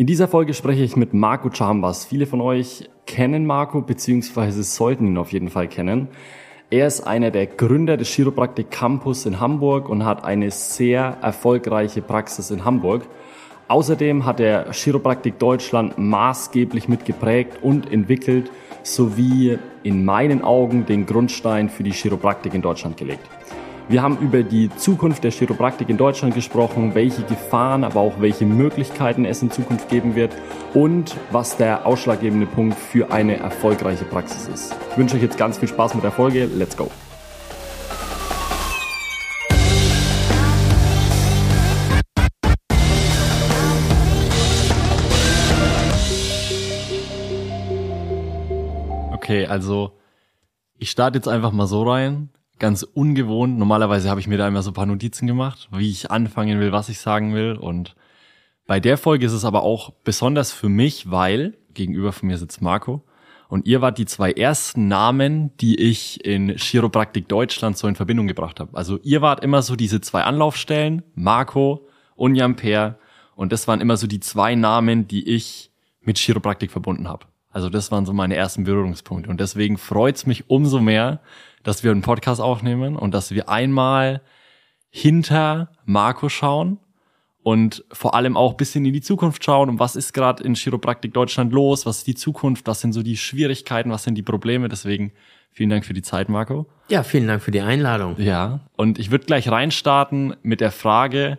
In dieser Folge spreche ich mit Marco Chambers. Viele von euch kennen Marco bzw. sollten ihn auf jeden Fall kennen. Er ist einer der Gründer des Chiropraktik Campus in Hamburg und hat eine sehr erfolgreiche Praxis in Hamburg. Außerdem hat er Chiropraktik Deutschland maßgeblich mitgeprägt und entwickelt, sowie in meinen Augen den Grundstein für die Chiropraktik in Deutschland gelegt. Wir haben über die Zukunft der Chiropraktik in Deutschland gesprochen, welche Gefahren, aber auch welche Möglichkeiten es in Zukunft geben wird und was der ausschlaggebende Punkt für eine erfolgreiche Praxis ist. Ich wünsche euch jetzt ganz viel Spaß mit der Folge. Let's go! Okay, also ich starte jetzt einfach mal so rein. Ganz ungewohnt. Normalerweise habe ich mir da immer so ein paar Notizen gemacht, wie ich anfangen will, was ich sagen will. Und bei der Folge ist es aber auch besonders für mich, weil gegenüber von mir sitzt Marco. Und ihr wart die zwei ersten Namen, die ich in Chiropraktik Deutschland so in Verbindung gebracht habe. Also ihr wart immer so diese zwei Anlaufstellen, Marco und Jan-Per. Und das waren immer so die zwei Namen, die ich mit Chiropraktik verbunden habe. Also das waren so meine ersten Berührungspunkte. Und deswegen freut's mich umso mehr, dass wir einen Podcast aufnehmen und dass wir einmal hinter Marco schauen und vor allem auch ein bisschen in die Zukunft schauen. Und was ist gerade in Chiropraktik Deutschland los? Was ist die Zukunft? Was sind so die Schwierigkeiten? Was sind die Probleme? Deswegen vielen Dank für die Zeit, Marco. Ja, vielen Dank für die Einladung. Ja, und ich würde gleich reinstarten mit der Frage,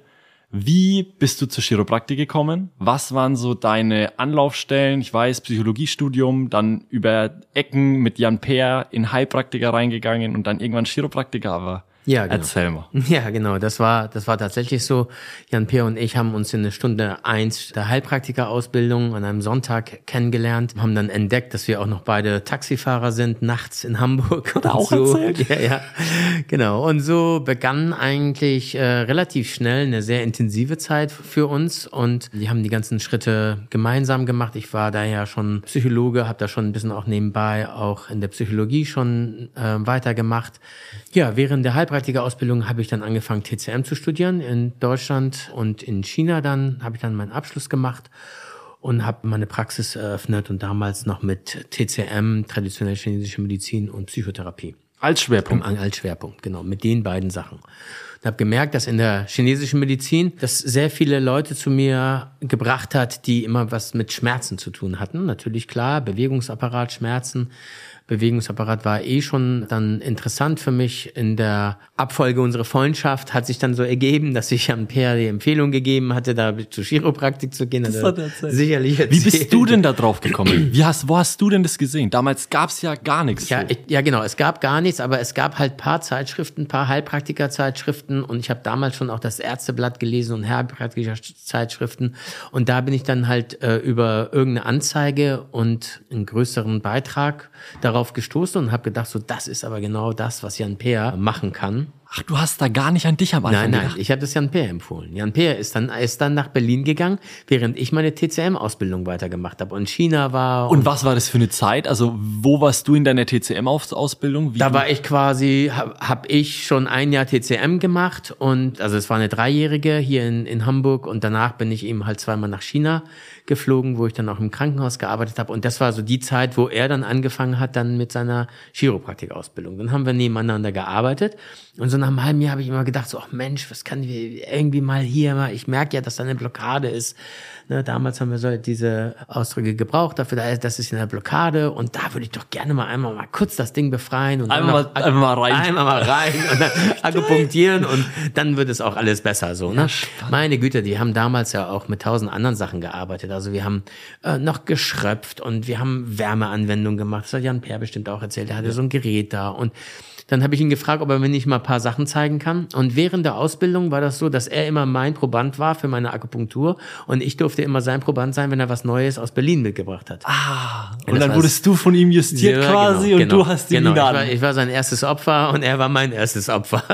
wie bist du zur Chiropraktik gekommen? Was waren so deine Anlaufstellen? Ich weiß, Psychologiestudium, dann über Ecken mit Jan-Per in Heilpraktiker reingegangen und dann irgendwann Chiropraktiker, aber ja, genau. Erzähl mal. Ja, genau, das war tatsächlich so. Jan-Per und ich haben uns in der Stunde 1 der Heilpraktiker-Ausbildung an einem Sonntag kennengelernt, haben dann entdeckt, dass wir auch noch beide Taxifahrer sind, nachts in Hamburg. Hat er auch so erzählt? Ja, genau. Und so begann eigentlich relativ schnell eine sehr intensive Zeit für uns und wir haben die ganzen Schritte gemeinsam gemacht. Ich war da ja schon Psychologe, habe da schon ein bisschen auch nebenbei auch in der Psychologie schon weitergemacht. Ja, während der Heilpraktiker-Ausbildung habe ich dann angefangen, TCM zu studieren in Deutschland und in China. Dann habe ich dann meinen Abschluss gemacht und habe meine Praxis eröffnet und damals noch mit TCM, traditionelle chinesische Medizin und Psychotherapie. Als Schwerpunkt? Als Schwerpunkt, genau, mit den beiden Sachen. Und habe gemerkt, dass in der chinesischen Medizin das sehr viele Leute zu mir gebracht hat, die immer was mit Schmerzen zu tun hatten. Natürlich klar, Bewegungsapparat, Schmerzen. Bewegungsapparat war schon dann interessant für mich. In der Abfolge unserer Freundschaft hat sich dann so ergeben, dass ich Jan-Per die Empfehlung gegeben hatte, da zu Chiropraktik zu gehen. Das hat er erzählt. Sicherlich erzählt. Wie bist du denn da drauf gekommen? Wo hast du denn das gesehen? Damals gab's ja gar nichts. Ja, genau, es gab gar nichts, aber es gab halt paar Zeitschriften, paar Heilpraktiker-Zeitschriften und ich habe damals schon auch das Ärzteblatt gelesen und Heilpraktiker-Zeitschriften und da bin ich dann halt über irgendeine Anzeige und einen größeren Beitrag darauf gestoßen und habe gedacht, so das ist aber genau das, was Jan-Per machen kann. Ach, du hast da gar nicht an dich am Anfang gedacht? Nein, ich habe das Jan-Per empfohlen. Jan-Per ist dann nach Berlin gegangen, während ich meine TCM-Ausbildung weitergemacht habe und China war. Und was war das für eine Zeit? Also wo warst du in deiner TCM-Ausbildung? Da war ich quasi, habe ich schon ein Jahr TCM gemacht und also es war eine 3-jährige hier in Hamburg und danach bin ich eben halt 2-mal nach China geflogen, wo ich dann auch im Krankenhaus gearbeitet habe und das war so die Zeit, wo er dann angefangen hat dann mit seiner Chiropraktik-Ausbildung. Dann haben wir nebeneinander gearbeitet und so nach einem halben Jahr habe ich immer gedacht, so, ach Mensch, was kann ich irgendwie mal hier, ich merke ja, dass da eine Blockade ist. Ne, damals haben wir so diese Ausdrücke gebraucht dafür, das ist eine Blockade und da würde ich doch gerne mal kurz das Ding befreien und einmal mal rein und dann akupunktieren und dann wird es auch alles besser so. Ne? Ja, meine Güte, die haben damals ja auch mit 1000 anderen Sachen gearbeitet. Also wir haben noch geschröpft und wir haben Wärmeanwendungen gemacht. Das hat Jan-Per bestimmt auch erzählt. Er hatte so ein Gerät da und dann habe ich ihn gefragt, ob er mir nicht mal ein paar Sachen zeigen kann. Und während der Ausbildung war das so, dass er immer mein Proband war für meine Akupunktur und ich durfte immer sein Proband sein, wenn er was Neues aus Berlin mitgebracht hat. Und dann wurdest du von ihm justiert quasi genau, und du hast ihn wieder. Ich war sein erstes Opfer und er war mein erstes Opfer.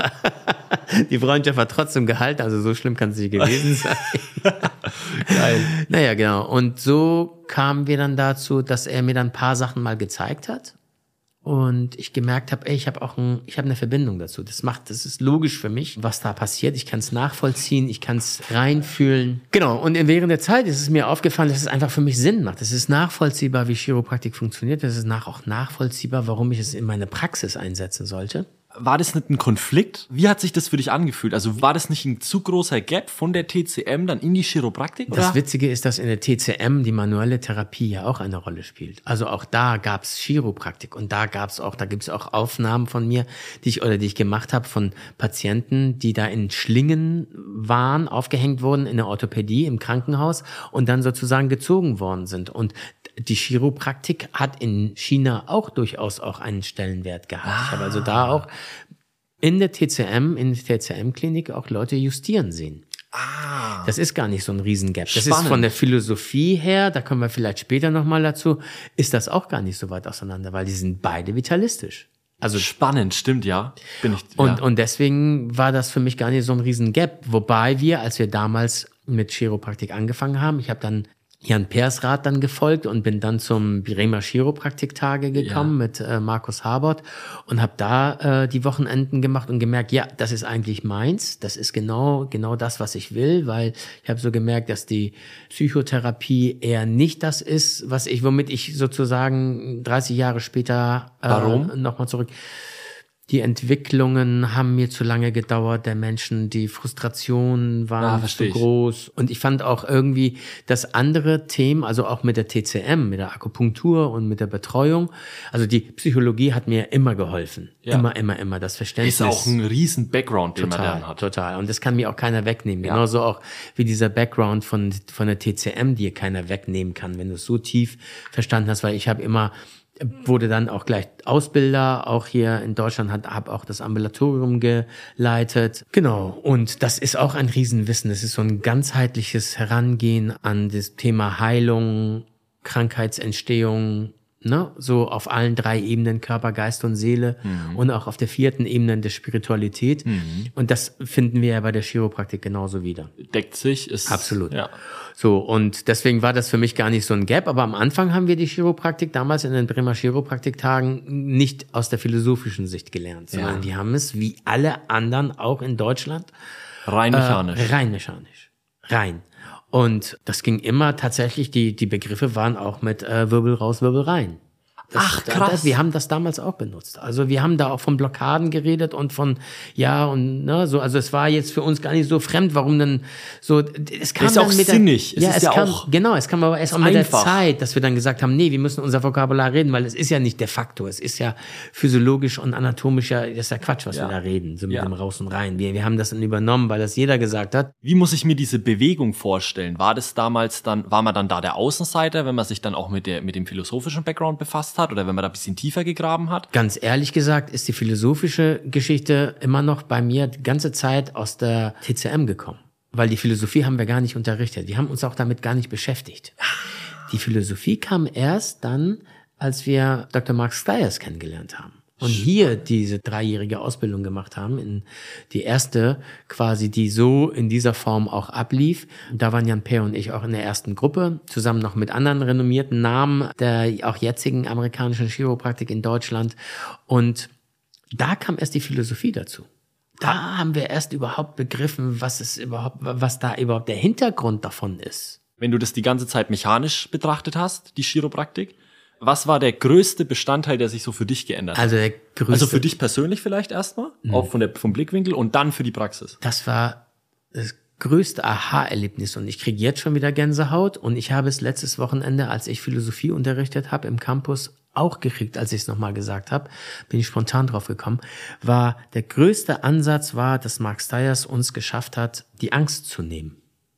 Die Freundschaft hat trotzdem gehalten, also so schlimm kann es nicht gewesen sein. Geil. Naja, genau. Und so kamen wir dann dazu, dass er mir dann ein paar Sachen mal gezeigt hat. und ich gemerkt habe, ich habe eine Verbindung dazu. Das ist logisch für mich, was da passiert. Ich kann es nachvollziehen, ich kann es reinfühlen. Genau, und während der Zeit ist es mir aufgefallen, dass es einfach für mich Sinn macht. Es ist nachvollziehbar, wie Chiropraktik funktioniert. Es ist auch nachvollziehbar, warum ich es in meine Praxis einsetzen sollte. War das nicht ein Konflikt? Wie hat sich das für dich angefühlt? Also war das nicht ein zu großer Gap von der TCM dann in die Chiropraktik? Das Witzige ist, dass in der TCM die manuelle Therapie ja auch eine Rolle spielt. Also auch da gab's Chiropraktik und da gibt's auch Aufnahmen von mir, die ich gemacht habe von Patienten, die da in Schlingen waren, aufgehängt wurden in der Orthopädie im Krankenhaus und dann sozusagen gezogen worden sind. Und die Chiropraktik hat in China auch durchaus auch einen Stellenwert gehabt. Ich habe also da auch in der TCM-Klinik auch Leute justieren sehen. Das ist gar nicht so ein Riesengap. Das ist von der Philosophie her, da kommen wir vielleicht später nochmal dazu, ist das auch gar nicht so weit auseinander, weil die sind beide vitalistisch. Also spannend, stimmt, ja. Und deswegen war das für mich gar nicht so ein Riesengap. Wobei als wir damals mit Chiropraktik angefangen haben, ich habe dann Jan Peers Rat dann gefolgt und bin dann zum Bremer Chiropraktiktage gekommen mit Markus Habert und habe da die Wochenenden gemacht und gemerkt, ja, das ist eigentlich meins, das ist genau das, was ich will, weil ich habe so gemerkt, dass die Psychotherapie eher nicht das ist, womit ich sozusagen 30 Jahre später nochmal zurück. Die Entwicklungen haben mir zu lange gedauert, der Menschen, die Frustrationen waren zu groß. Und ich fand auch irgendwie, dass andere Themen, also auch mit der TCM, mit der Akupunktur und mit der Betreuung, also die Psychologie hat mir immer geholfen. Ja. Immer das Verständnis. Ist auch ein riesen Background, den man dann hat. Total. Und das kann mir auch keiner wegnehmen. Ja. Genauso auch wie dieser Background von der TCM, die dir keiner wegnehmen kann, wenn du es so tief verstanden hast, weil ich wurde dann auch gleich Ausbilder, auch hier in Deutschland, habe auch das Ambulatorium geleitet. Genau, und das ist auch ein Riesenwissen. Es ist so ein ganzheitliches Herangehen an das Thema Heilung, Krankheitsentstehung, ne, so auf allen 3 Ebenen, Körper, Geist und Seele und auch auf der 4. Ebene der Spiritualität. Und das finden wir ja bei der Chiropraktik genauso wieder. Deckt sich, ist... Absolut. Ja. So, und deswegen war das für mich gar nicht so ein Gap, aber am Anfang haben wir die Chiropraktik damals in den Bremer Chiropraktiktagen nicht aus der philosophischen Sicht gelernt, sondern die haben es wie alle anderen auch in Deutschland rein mechanisch. Rein. Und das ging immer tatsächlich, die Begriffe waren auch mit Wirbel raus, Wirbel rein. Krass. Wir haben das damals auch benutzt. Also wir haben da auch von Blockaden geredet und von, so, also es war jetzt für uns gar nicht so fremd, warum denn so, es kam ist dann auch mit sinnig. Es kam aber erst auch mit der Zeit, dass wir dann gesagt haben, nee, wir müssen unser Vokabular reden, weil es ist ja nicht de facto, es ist ja physiologisch und anatomisch das ist ja Quatsch, was wir da reden, so mit dem Raus und Rein. Wir haben das dann übernommen, weil das jeder gesagt hat. Wie muss ich mir diese Bewegung vorstellen? War man dann da der Außenseiter, wenn man sich dann auch mit dem philosophischen Background befasst hat oder wenn man da ein bisschen tiefer gegraben hat? Ganz ehrlich gesagt ist die philosophische Geschichte immer noch bei mir die ganze Zeit aus der TCM gekommen. Weil die Philosophie haben wir gar nicht unterrichtet. Wir haben uns auch damit gar nicht beschäftigt. Die Philosophie kam erst dann, als wir Dr. Mark Stiers kennengelernt haben. Und hier diese 3-jährige Ausbildung gemacht haben, die erste quasi, die so in dieser Form auch ablief. Da waren Jan Peer und ich auch in der ersten Gruppe, zusammen noch mit anderen renommierten Namen der auch jetzigen amerikanischen Chiropraktik in Deutschland. Und da kam erst die Philosophie dazu. Da haben wir erst überhaupt begriffen, was da überhaupt der Hintergrund davon ist. Wenn du das die ganze Zeit mechanisch betrachtet hast, die Chiropraktik, was war der größte Bestandteil, der sich so für dich geändert hat? Also für dich persönlich vielleicht erstmal, auch vom Blickwinkel und dann für die Praxis. Das war das größte Aha-Erlebnis und ich kriege jetzt schon wieder Gänsehaut und ich habe es letztes Wochenende, als ich Philosophie unterrichtet habe im Campus, auch gekriegt, als ich es nochmal gesagt habe, bin ich spontan drauf gekommen, der größte Ansatz war, dass Mark Stiers uns geschafft hat, die Angst zu nehmen.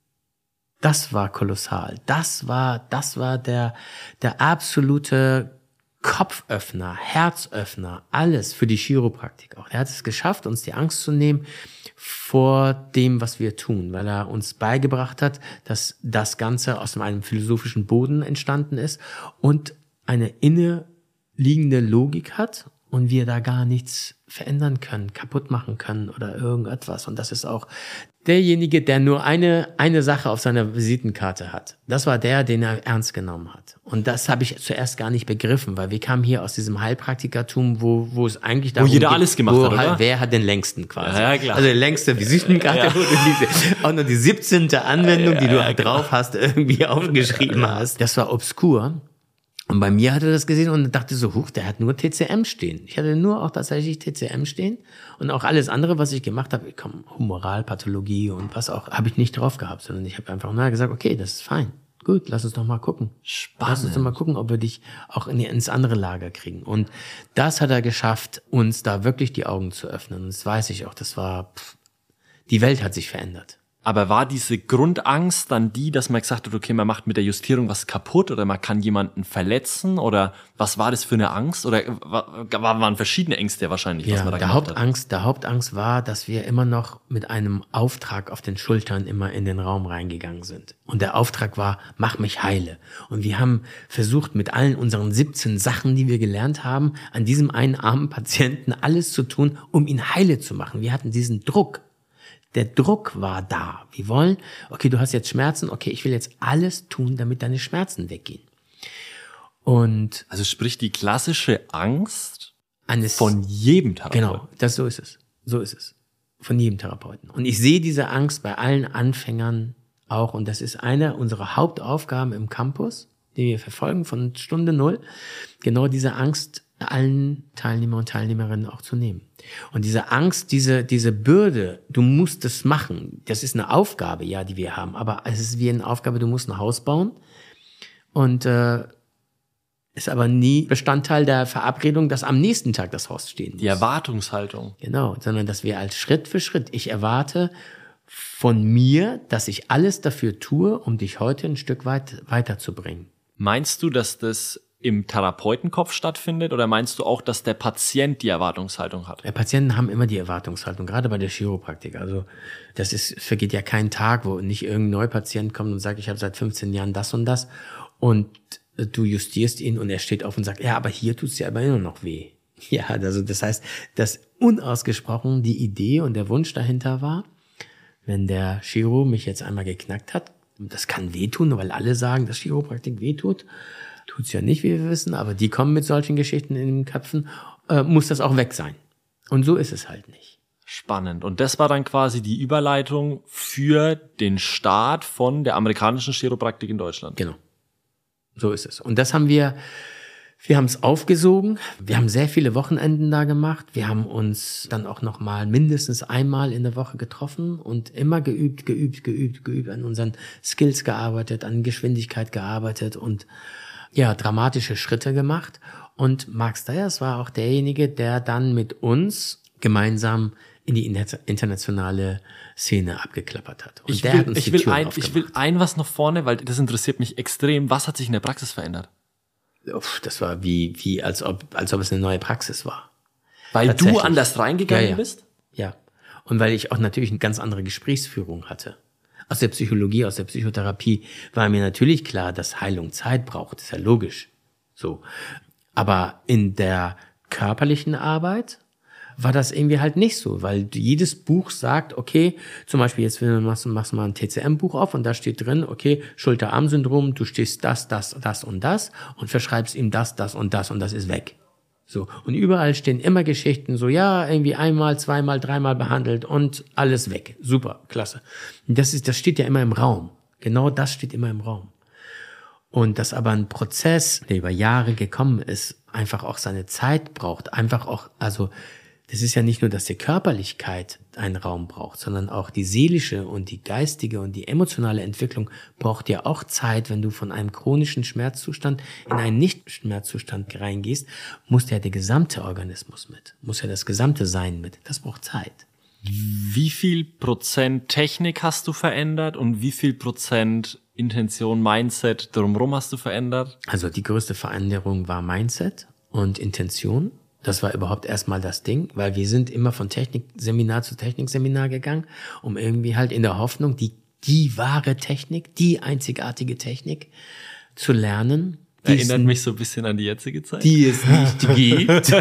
Das war kolossal. Das war der absolute Kopföffner, Herzöffner, alles für die Chiropraktik auch. Er hat es geschafft, uns die Angst zu nehmen vor dem, was wir tun, weil er uns beigebracht hat, dass das Ganze aus einem philosophischen Boden entstanden ist und eine inneliegende Logik hat und wir da gar nichts verändern können, kaputt machen können oder irgendetwas. Und das ist auch derjenige, der nur eine Sache auf seiner Visitenkarte hat, das war der, den er ernst genommen hat. Und das habe ich zuerst gar nicht begriffen, weil wir kamen hier aus diesem Heilpraktikertum, wo es eigentlich darum Wo jeder geht, alles gemacht hat, oder? Wer hat den längsten quasi? Ja, klar. Also die längste Visitenkarte, wo du auch nur die 17. Anwendung, die du drauf hast, irgendwie aufgeschrieben hast. Das war obskur. Und bei mir hat er das gesehen und dachte so, huch, der hat nur TCM stehen. Ich hatte nur auch tatsächlich TCM stehen und auch alles andere, was ich gemacht habe, Humoralpathologie und was auch, habe ich nicht drauf gehabt, sondern ich habe einfach nur gesagt, okay, das ist fein. Gut, lass uns doch mal gucken. Spannend. Lass uns doch mal gucken, ob wir dich auch ins andere Lager kriegen. Und das hat er geschafft, uns da wirklich die Augen zu öffnen. Und das weiß ich auch, die Welt hat sich verändert. Aber war diese Grundangst dann die, dass man gesagt hat, okay, man macht mit der Justierung was kaputt oder man kann jemanden verletzen oder was war das für eine Angst? Oder waren verschiedene Ängste wahrscheinlich, was man da gemacht hat? Der Hauptangst war, dass wir immer noch mit einem Auftrag auf den Schultern immer in den Raum reingegangen sind. Und der Auftrag war, mach mich heile. Und wir haben versucht, mit allen unseren 17 Sachen, die wir gelernt haben, an diesem einen armen Patienten alles zu tun, um ihn heile zu machen. Wir hatten diesen Druck. Der Druck war da. Wir wollen, okay, du hast jetzt Schmerzen, okay, ich will jetzt alles tun, damit deine Schmerzen weggehen. Und also sprich die klassische Angst von jedem Therapeuten. Genau, so ist es. So ist es. Von jedem Therapeuten. Und ich sehe diese Angst bei allen Anfängern auch. Und das ist eine unserer Hauptaufgaben im Campus, die wir verfolgen von Stunde 0. Genau diese Angst allen Teilnehmer und Teilnehmerinnen auch zu nehmen. Und diese Angst, diese Bürde, du musst es machen, das ist eine Aufgabe, ja, die wir haben, aber es ist wie eine Aufgabe, du musst ein Haus bauen und ist aber nie Bestandteil der Verabredung, dass am nächsten Tag das Haus stehen muss. Die Erwartungshaltung. Genau, sondern dass wir als Schritt für Schritt, ich erwarte von mir, dass ich alles dafür tue, um dich heute ein Stück weit weiterzubringen. Meinst du, dass das im Therapeutenkopf stattfindet oder meinst du auch, dass der Patient die Erwartungshaltung hat? Ja, Patienten haben immer die Erwartungshaltung, gerade bei der Chiropraktik. Also vergeht ja kein Tag, wo nicht irgendein Neupatient kommt und sagt, ich habe seit 15 Jahren das und das und du justierst ihn und er steht auf und sagt, ja, aber hier tut's ja aber immer noch weh. Ja, also das heißt, dass unausgesprochen die Idee und der Wunsch dahinter war, wenn der Chiro mich jetzt einmal geknackt hat, das kann wehtun, weil alle sagen, dass Chiropraktik wehtut. Tut's ja nicht, wie wir wissen, aber die kommen mit solchen Geschichten in den Köpfen, muss das auch weg sein. Und so ist es halt nicht. Spannend. Und das war dann quasi die Überleitung für den Start von der amerikanischen Chiropraktik in Deutschland. Genau. So ist es. Und das haben wir haben es aufgesogen. Wir haben sehr viele Wochenenden da gemacht. Wir haben uns dann auch noch mal mindestens einmal in der Woche getroffen und immer geübt, an unseren Skills gearbeitet, an Geschwindigkeit gearbeitet und ja, dramatische Schritte gemacht. Und Mark Steyers war auch derjenige, der dann mit uns gemeinsam in die internationale Szene abgeklappert hat. Und ich will was noch vorne, weil das interessiert mich extrem. Was hat sich in der Praxis verändert? Das war wie als ob es eine neue Praxis war. Weil du anders reingegangen bist? Ja. Und weil ich auch natürlich eine ganz andere Gesprächsführung hatte. Aus der Psychologie, aus der Psychotherapie war mir natürlich klar, dass Heilung Zeit braucht. Das ist ja logisch. So. Aber in der körperlichen Arbeit war das irgendwie halt nicht so, weil jedes Buch sagt, okay, zum Beispiel jetzt machst du mal ein TCM-Buch auf und da steht drin, okay, Schulter-Arm-Syndrom, du stehst das und verschreibst ihm das und das ist weg. So. Und überall stehen immer Geschichten, so, ja, irgendwie einmal, zweimal, dreimal behandelt und alles weg. Super, klasse. Und das steht ja immer im Raum. Genau das steht immer im Raum. Und dass aber ein Prozess, der über Jahre gekommen ist, einfach auch seine Zeit braucht, einfach auch, also, das ist ja nicht nur, dass die Körperlichkeit einen Raum braucht, sondern auch die seelische und die geistige und die emotionale Entwicklung braucht ja auch Zeit. Wenn du von einem chronischen Schmerzzustand in einen Nicht-Schmerzzustand reingehst, muss ja der gesamte Organismus mit, muss ja das gesamte Sein mit. Das braucht Zeit. Wie viel Prozent Technik hast du verändert und wie viel Prozent Intention, Mindset drumherum hast du verändert? Also die größte Veränderung war Mindset und Intention. Das war überhaupt erstmal das Ding, weil wir sind immer von Technikseminar zu Technikseminar gegangen, um irgendwie halt in der Hoffnung, die wahre Technik, die einzigartige Technik zu lernen, Erinnert mich so ein bisschen an die jetzige Zeit. Die es nicht gibt.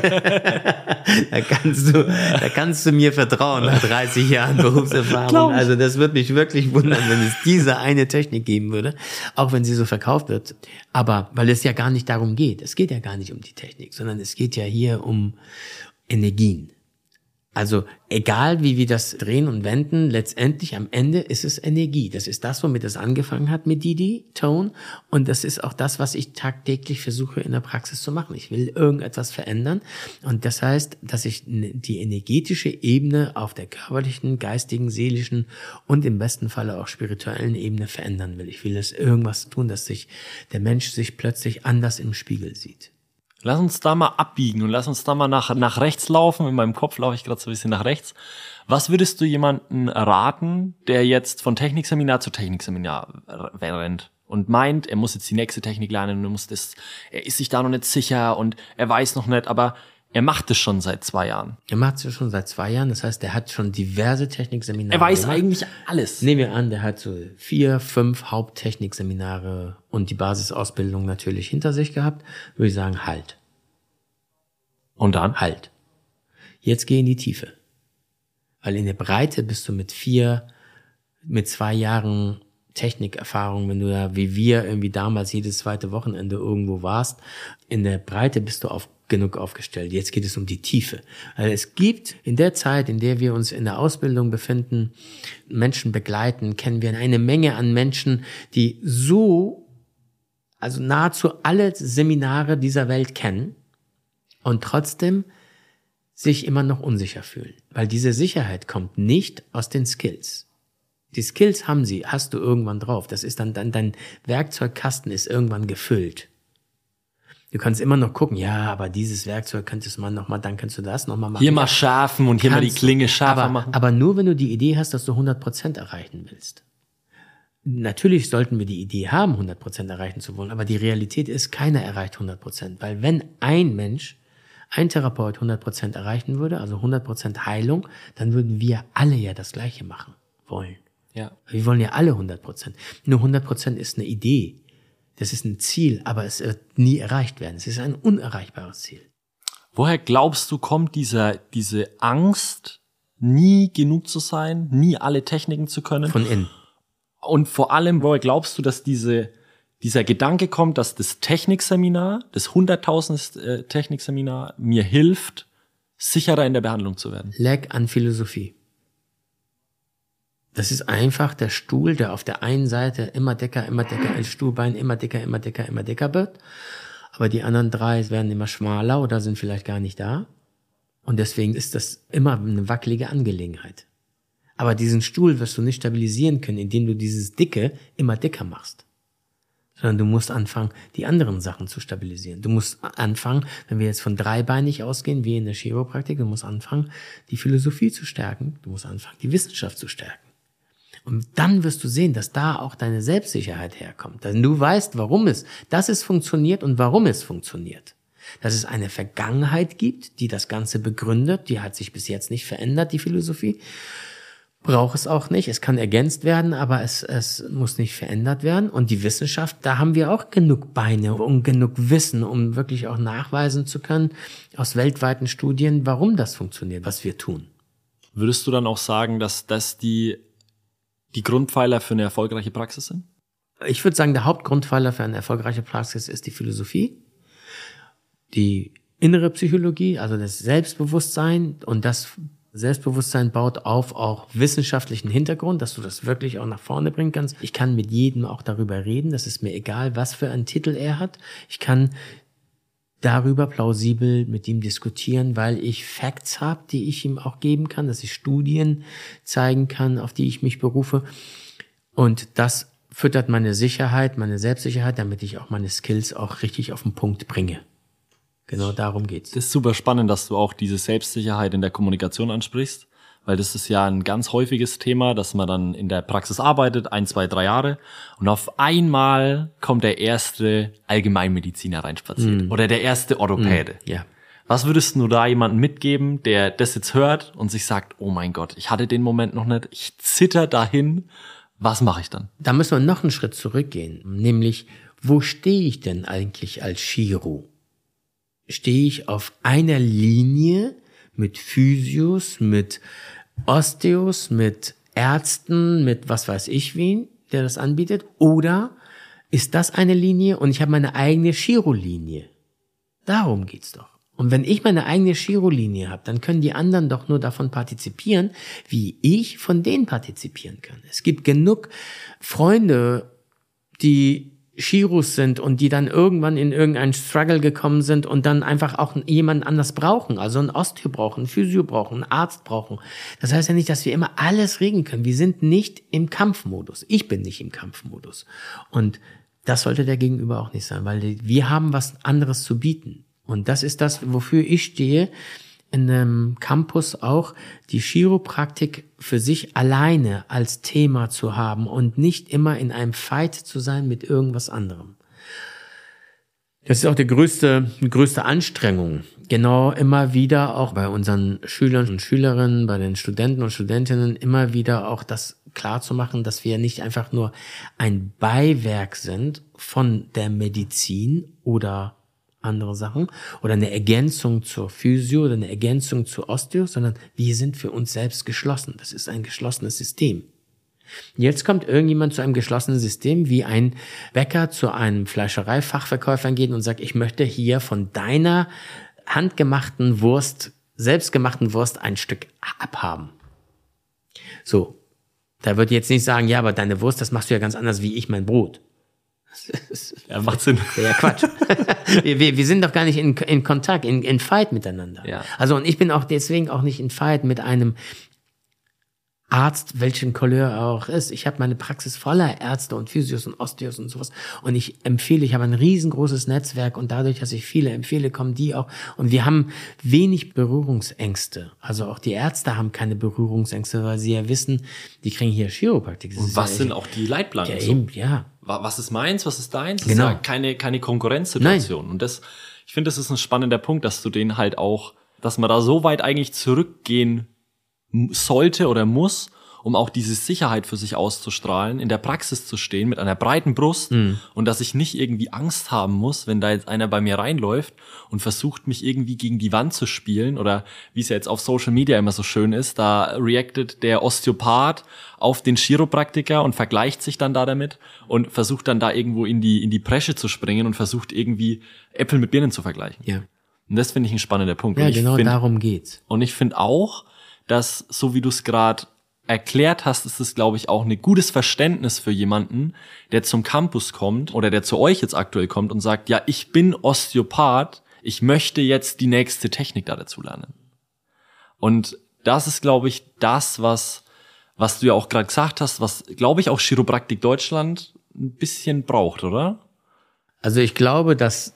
Da kannst du mir vertrauen nach 30 Jahren Berufserfahrung. Also das würde mich wirklich wundern, wenn es diese eine Technik geben würde, auch wenn sie so verkauft wird. Aber weil es ja gar nicht darum geht. Es geht ja gar nicht um die Technik, sondern es geht ja hier um Energien. Also egal, wie wir das drehen und wenden, letztendlich am Ende ist es Energie. Das ist das, womit es angefangen hat mit Didi, Tone. Und das ist auch das, was ich tagtäglich versuche in der Praxis zu machen. Ich will irgendetwas verändern. Und das heißt, dass ich die energetische Ebene auf der körperlichen, geistigen, seelischen und im besten Falle auch spirituellen Ebene verändern will. Ich will das irgendwas tun, dass der Mensch sich plötzlich anders im Spiegel sieht. Lass uns da mal abbiegen und lass uns da mal nach rechts laufen. In meinem Kopf laufe ich gerade so ein bisschen nach rechts. Was würdest du jemanden raten, der jetzt von Technikseminar zu Technikseminar rennt und meint, er muss jetzt die nächste Technik lernen und er ist sich da noch nicht sicher und er weiß noch nicht, aber er macht es schon seit 2 Jahren. Er macht es schon seit 2 Jahren, das heißt, er hat schon diverse Technikseminare. Er weiß eigentlich alles. Nehmen wir an, der hat so 4, 5 Haupttechnikseminare und die Basisausbildung natürlich hinter sich gehabt. Würde ich sagen, halt. Und dann? Halt. Jetzt geh in die Tiefe. Weil in der Breite bist du mit 2 Jahren Technikerfahrung, wenn du ja wie wir irgendwie damals jedes zweite Wochenende irgendwo warst, in der Breite bist du genug aufgestellt. Jetzt geht es um die Tiefe. Also es gibt in der Zeit, in der wir uns in der Ausbildung befinden, Menschen begleiten, kennen wir eine Menge an Menschen, die also nahezu alle Seminare dieser Welt kennen und trotzdem sich immer noch unsicher fühlen. Weil diese Sicherheit kommt nicht aus den Skills. Die Skills hast du irgendwann drauf. Das ist dann dein Werkzeugkasten ist irgendwann gefüllt. Du kannst immer noch gucken, ja, aber dieses Werkzeug könntest du dann kannst du das nochmal machen. Hier mal schärfen und hier mal die Klinge schärfer machen. Aber nur, wenn du die Idee hast, dass du 100% erreichen willst. Natürlich sollten wir die Idee haben, 100% erreichen zu wollen, aber die Realität ist, keiner erreicht 100%. Weil wenn ein Therapeut 100% erreichen würde, also 100% Heilung, dann würden wir alle ja das Gleiche machen wollen. Ja. Wir wollen ja alle 100%. Nur 100% ist eine Idee. Das ist ein Ziel, aber es wird nie erreicht werden. Es ist ein unerreichbares Ziel. Woher glaubst du, kommt diese Angst, nie genug zu sein, nie alle Techniken zu können? Von innen. Und vor allem, woher glaubst du, dass dieser Gedanke kommt, dass das Technikseminar, das 100.000. Technikseminar mir hilft, sicherer in der Behandlung zu werden? Lack an Philosophie. Das ist einfach der Stuhl, der auf der einen Seite immer dicker, ein Stuhlbein immer dicker wird. Aber die anderen 3 werden immer schmaler oder sind vielleicht gar nicht da. Und deswegen ist das immer eine wackelige Angelegenheit. Aber diesen Stuhl wirst du nicht stabilisieren können, indem du dieses Dicke immer dicker machst. Sondern du musst anfangen, die anderen Sachen zu stabilisieren. Du musst anfangen, wenn wir jetzt von dreibeinig ausgehen, wie in der Chiropraktik, du musst anfangen, die Philosophie zu stärken. Du musst anfangen, die Wissenschaft zu stärken. Und dann wirst du sehen, dass da auch deine Selbstsicherheit herkommt. Denn du weißt, dass es funktioniert und warum es funktioniert. Dass es eine Vergangenheit gibt, die das Ganze begründet, die hat sich bis jetzt nicht verändert, die Philosophie. Braucht es auch nicht, es kann ergänzt werden, aber es muss nicht verändert werden. Und die Wissenschaft, da haben wir auch genug Beine und genug Wissen, um wirklich auch nachweisen zu können, aus weltweiten Studien, warum das funktioniert, was wir tun. Würdest du dann auch sagen, dass das die Grundpfeiler für eine erfolgreiche Praxis sind? Ich würde sagen, der Hauptgrundpfeiler für eine erfolgreiche Praxis ist die Philosophie, die innere Psychologie, also das Selbstbewusstsein, und das Selbstbewusstsein baut auf auch wissenschaftlichen Hintergrund, dass du das wirklich auch nach vorne bringen kannst. Ich kann mit jedem auch darüber reden, das ist mir egal, was für einen Titel er hat. Ich kann darüber plausibel mit ihm diskutieren, weil ich Facts habe, die ich ihm auch geben kann, dass ich Studien zeigen kann, auf die ich mich berufe. Und das füttert meine Sicherheit, meine Selbstsicherheit, damit ich auch meine Skills auch richtig auf den Punkt bringe. Genau darum geht's. Das ist super spannend, dass du auch diese Selbstsicherheit in der Kommunikation ansprichst, weil das ist ja ein ganz häufiges Thema, dass man dann in der Praxis arbeitet, 1, 2, 3 Jahre, und auf einmal kommt der erste Allgemeinmediziner reinspaziert oder der erste Orthopäde. Ja. Was würdest du da jemandem mitgeben, der das jetzt hört und sich sagt, oh mein Gott, ich hatte den Moment noch nicht, ich zitter dahin, was mache ich dann? Da müssen wir noch einen Schritt zurückgehen, nämlich wo stehe ich denn eigentlich als Chiro? Stehe ich auf einer Linie mit Physios, mit Osteos, mit Ärzten, mit was weiß ich wen, der das anbietet? Oder ist das eine Linie und ich habe meine eigene Chiro-Linie? Darum geht's doch. Und wenn ich meine eigene Chiro-Linie habe, dann können die anderen doch nur davon partizipieren, wie ich von denen partizipieren kann. Es gibt genug Freunde, die Chiros sind und die dann irgendwann in irgendeinen Struggle gekommen sind und dann einfach auch jemanden anders brauchen, also einen Osteo brauchen, einen Physio brauchen, einen Arzt brauchen. Das heißt ja nicht, dass wir immer alles regeln können. Wir sind nicht im Kampfmodus. Ich bin nicht im Kampfmodus. Und das sollte der Gegenüber auch nicht sein, weil wir haben was anderes zu bieten. Und das ist das, wofür ich stehe, in einem Campus auch die Chiropraktik für sich alleine als Thema zu haben und nicht immer in einem Fight zu sein mit irgendwas anderem. Das ist auch die größte Anstrengung. Genau immer wieder auch bei unseren Schülern und Schülerinnen, bei den Studenten und Studentinnen immer wieder auch das klar zu machen, dass wir nicht einfach nur ein Beiwerk sind von der Medizin oder andere Sachen oder eine Ergänzung zur Physio oder eine Ergänzung zur Osteo, sondern wir sind für uns selbst geschlossen. Das ist ein geschlossenes System. Jetzt kommt irgendjemand zu einem geschlossenen System, wie ein Bäcker zu einem Fleischereifachverkäufer geht und sagt, ich möchte hier von deiner handgemachten Wurst, selbstgemachten Wurst ein Stück abhaben. So, da wird jetzt nicht sagen, ja, aber deine Wurst, das machst du ja ganz anders wie ich mein Brot. Ja, macht Sinn. Ja, Quatsch. wir sind doch gar nicht in Kontakt, in Fight miteinander. Ja. Also, und ich bin auch deswegen auch nicht in Fight mit einem Arzt, welchen Couleur er auch ist. Ich habe meine Praxis voller Ärzte und Physios und Osteos und sowas. Und ich habe ein riesengroßes Netzwerk und dadurch, dass ich viele empfehle, kommen die auch. Und wir haben wenig Berührungsängste. Also auch die Ärzte haben keine Berührungsängste, weil sie ja wissen, die kriegen hier Chiropraktik. Und was sind auch die Leitplanken? Ja, eben, ja. Was ist meins, was ist deins? Genau. Das ist ja keine Konkurrenzsituation. Nein. Und ich finde, das ist ein spannender Punkt, dass du den halt auch, dass man da so weit eigentlich zurückgehen sollte oder muss, um auch diese Sicherheit für sich auszustrahlen, in der Praxis zu stehen mit einer breiten Brust und dass ich nicht irgendwie Angst haben muss, wenn da jetzt einer bei mir reinläuft und versucht, mich irgendwie gegen die Wand zu spielen oder wie es ja jetzt auf Social Media immer so schön ist, da reactet der Osteopath auf den Chiropraktiker und vergleicht sich dann da damit und versucht dann da irgendwo in die Bresche zu springen und versucht irgendwie Äpfel mit Birnen zu vergleichen. Ja. Und das finde ich ein spannender Punkt. Ja, genau darum geht's. Und ich finde auch, dass, so wie du es gerade erklärt hast, ist es, glaube ich, auch ein gutes Verständnis für jemanden, der zum Campus kommt oder der zu euch jetzt aktuell kommt und sagt, ja, ich bin Osteopath, ich möchte jetzt die nächste Technik da dazu lernen. Und das ist, glaube ich, das, was du ja auch gerade gesagt hast, was, glaube ich, auch Chiropraktik Deutschland ein bisschen braucht, oder? Also ich glaube, dass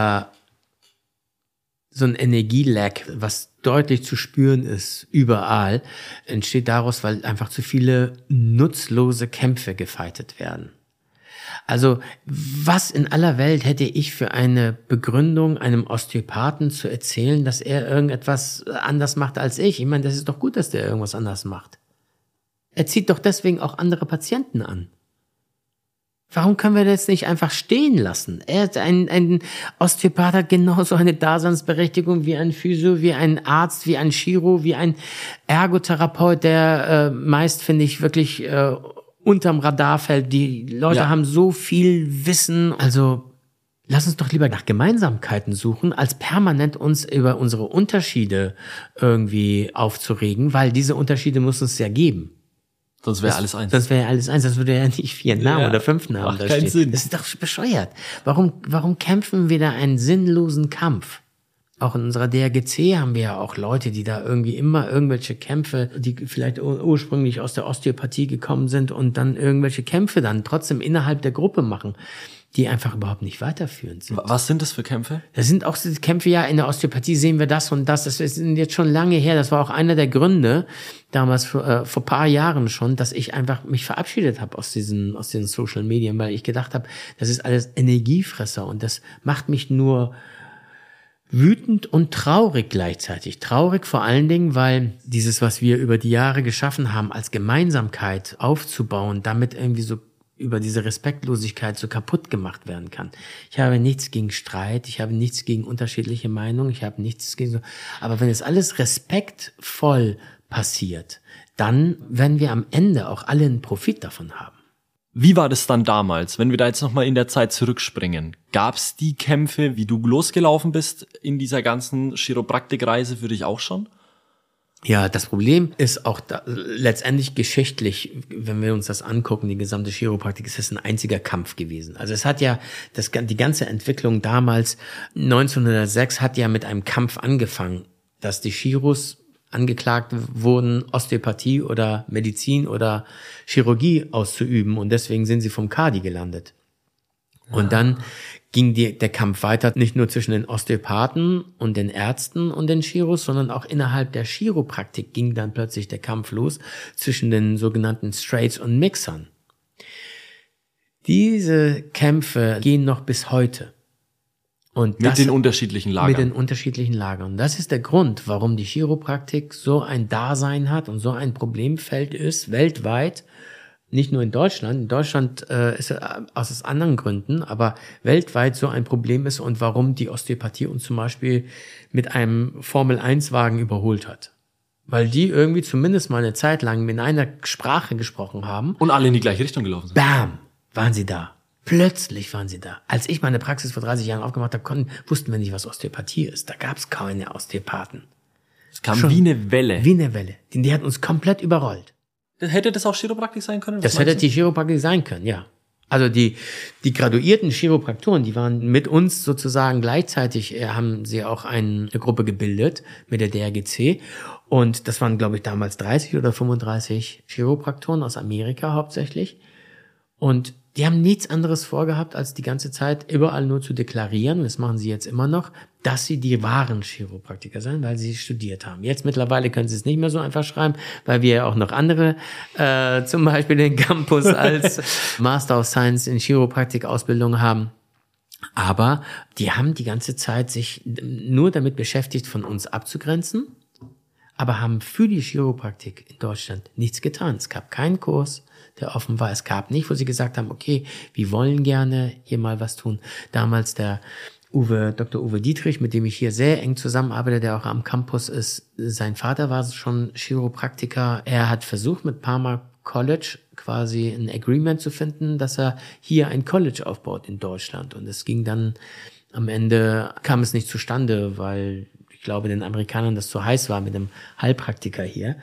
so ein Energielack, was deutlich zu spüren ist, überall, entsteht daraus, weil einfach zu viele nutzlose Kämpfe gefeitet werden. Also, was in aller Welt hätte ich für eine Begründung, einem Osteopathen zu erzählen, dass er irgendetwas anders macht als ich? Ich meine, das ist doch gut, dass der irgendwas anders macht. Er zieht doch deswegen auch andere Patienten an. Warum können wir das nicht einfach stehen lassen? Ein Osteopath hat genauso eine Daseinsberechtigung wie ein Physio, wie ein Arzt, wie ein Chiro, wie ein Ergotherapeut, der meist, finde ich, wirklich unterm Radar fällt. Die Leute haben so viel Wissen. Also lass uns doch lieber nach Gemeinsamkeiten suchen, als permanent uns über unsere Unterschiede irgendwie aufzuregen, weil diese Unterschiede muss es ja geben. Sonst wäre alles eins. Das wäre ja alles eins. Das würde ja nicht 4 Namen oder 5 Namen macht da keinen stehen. Sinn. Das ist doch bescheuert. Warum kämpfen wir da einen sinnlosen Kampf? Auch in unserer DRGC haben wir ja auch Leute, die da irgendwie immer irgendwelche Kämpfe, die vielleicht ursprünglich aus der Osteopathie gekommen sind und dann irgendwelche Kämpfe dann trotzdem innerhalb der Gruppe machen, die einfach überhaupt nicht weiterführend sind. Was sind das für Kämpfe? Das sind auch Kämpfe, ja, in der Osteopathie sehen wir das und das. Das ist jetzt schon lange her. Das war auch einer der Gründe, damals vor paar Jahren schon, dass ich einfach mich verabschiedet habe aus diesen Social Medien, weil ich gedacht habe, das ist alles Energiefresser und das macht mich nur wütend und traurig gleichzeitig. Traurig vor allen Dingen, weil dieses, was wir über die Jahre geschaffen haben, als Gemeinsamkeit aufzubauen, damit irgendwie so über diese Respektlosigkeit so kaputt gemacht werden kann. Ich habe nichts gegen Streit, ich habe nichts gegen unterschiedliche Meinungen, ich habe nichts gegen so. Aber wenn es alles respektvoll passiert, dann werden wir am Ende auch alle einen Profit davon haben. Wie war das dann damals, wenn wir da jetzt nochmal in der Zeit zurückspringen? Gab es die Kämpfe, wie du losgelaufen bist in dieser ganzen Chiropraktikreise für dich auch schon? Ja, das Problem ist auch letztendlich geschichtlich, wenn wir uns das angucken, die gesamte Chiropraktik, ist es ein einziger Kampf gewesen. Also es hat ja, die ganze Entwicklung damals, 1906, hat ja mit einem Kampf angefangen, dass die Chiros angeklagt wurden, Osteopathie oder Medizin oder Chirurgie auszuüben und deswegen sind sie vom Kadi gelandet. Und dann ging der Kampf weiter, nicht nur zwischen den Osteopathen und den Ärzten und den Chiros, sondern auch innerhalb der Chiropraktik ging dann plötzlich der Kampf los zwischen den sogenannten Straights und Mixern. Diese Kämpfe gehen noch bis heute. Und mit den unterschiedlichen Lagern. Mit den unterschiedlichen Lagern. Das ist der Grund, warum die Chiropraktik so ein Dasein hat und so ein Problemfeld ist, weltweit. Nicht nur in Deutschland. In Deutschland ist es aus anderen Gründen, aber weltweit so ein Problem ist und warum die Osteopathie uns zum Beispiel mit einem Formel-1-Wagen überholt hat. Weil die irgendwie zumindest mal eine Zeit lang in einer Sprache gesprochen haben. Und alle in die gleiche Richtung gelaufen sind. Bam, waren sie da. Plötzlich waren sie da. Als ich meine Praxis vor 30 Jahren aufgemacht habe, wussten wir nicht, was Osteopathie ist. Da gab es keine Osteopathen. Es kam wie eine Welle. Wie eine Welle. Die hat uns komplett überrollt. Hätte das auch Chiropraktik sein können? Das hätte die Chiropraktik sein können, ja. Also die graduierten Chiropraktoren, die waren mit uns sozusagen gleichzeitig, haben sie auch eine Gruppe gebildet mit der DRGC. Und das waren, glaube ich, damals 30 oder 35 Chiropraktoren aus Amerika hauptsächlich. Und die haben nichts anderes vorgehabt, als die ganze Zeit überall nur zu deklarieren, und das machen sie jetzt immer noch, dass sie die wahren Chiropraktiker sind, weil sie studiert haben. Jetzt mittlerweile können sie es nicht mehr so einfach schreiben, weil wir ja auch noch andere, zum Beispiel den Campus als Master of Science in Chiropraktik-Ausbildung haben. Aber die haben die ganze Zeit sich nur damit beschäftigt, von uns abzugrenzen, aber haben für die Chiropraktik in Deutschland nichts getan. Es gab keinen Kurs, der offen war. Es gab nicht, wo sie gesagt haben, okay, wir wollen gerne hier mal was tun. Damals der Dr. Uwe Dietrich, mit dem ich hier sehr eng zusammenarbeite, der auch am Campus ist, sein Vater war schon Chiropraktiker. Er hat versucht, mit Parma College quasi ein Agreement zu finden, dass er hier ein College aufbaut in Deutschland. Und es ging dann, am Ende kam es nicht zustande, weil ich glaube, den Amerikanern das zu heiß war mit dem Heilpraktiker hier.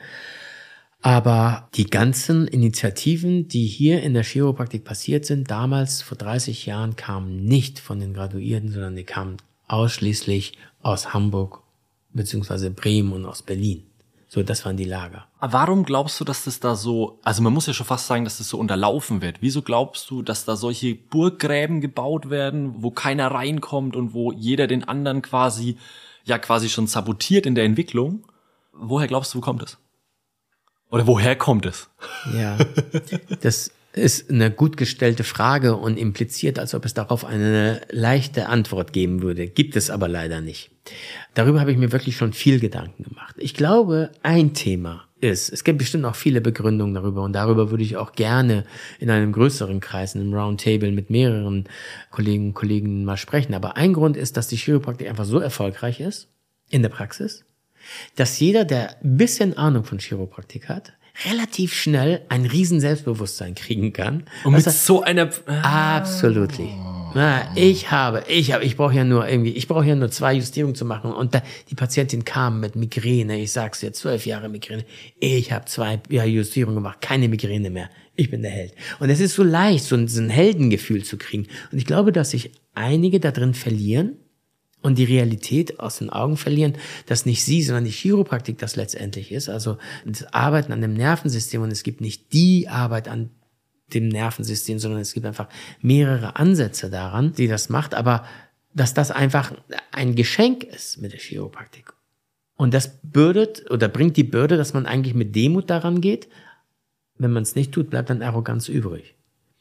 Aber die ganzen Initiativen, die hier in der Chiropraktik passiert sind, damals vor 30 Jahren, kamen nicht von den Graduierten, sondern die kamen ausschließlich aus Hamburg beziehungsweise Bremen und aus Berlin. So, das waren die Lager. Aber warum glaubst du, dass das da so, also man muss ja schon fast sagen, dass das so unterlaufen wird. Wieso glaubst du, dass da solche Burggräben gebaut werden, wo keiner reinkommt und wo jeder den anderen quasi schon sabotiert in der Entwicklung? Woher glaubst du, wo kommt es? Oder woher kommt es? Ja, das ist eine gut gestellte Frage und impliziert, als ob es darauf eine leichte Antwort geben würde. Gibt es aber leider nicht. Darüber habe ich mir wirklich schon viel Gedanken gemacht. Ich glaube, ein Thema ist, es gibt bestimmt auch viele Begründungen darüber und darüber würde ich auch gerne in einem größeren Kreis, in einem Roundtable mit mehreren Kollegen und Kolleginnen mal sprechen. Aber ein Grund ist, dass die Chiropraktik einfach so erfolgreich ist in der Praxis, dass jeder, der ein bisschen Ahnung von Chiropraktik hat, relativ schnell ein riesen Selbstbewusstsein kriegen kann. Und mit so einer... Absolutely. Ich brauche ja nur 2 Justierungen zu machen und die Patientin kam mit Migräne, ich sag's dir, 12 Jahre Migräne. Ich habe 2 Justierungen gemacht, keine Migräne mehr. Ich bin der Held. Und es ist so leicht, so ein Heldengefühl zu kriegen. Und ich glaube, dass sich einige da drin verlieren und die Realität aus den Augen verlieren, dass nicht sie, sondern die Chiropraktik das letztendlich ist, also das Arbeiten an dem Nervensystem, und es gibt nicht die Arbeit an dem Nervensystem, sondern es gibt einfach mehrere Ansätze daran, die das macht, aber dass das einfach ein Geschenk ist mit der Chiropraktik. Und das bringt die Bürde, dass man eigentlich mit Demut daran geht. Wenn man es nicht tut, bleibt dann Arroganz übrig.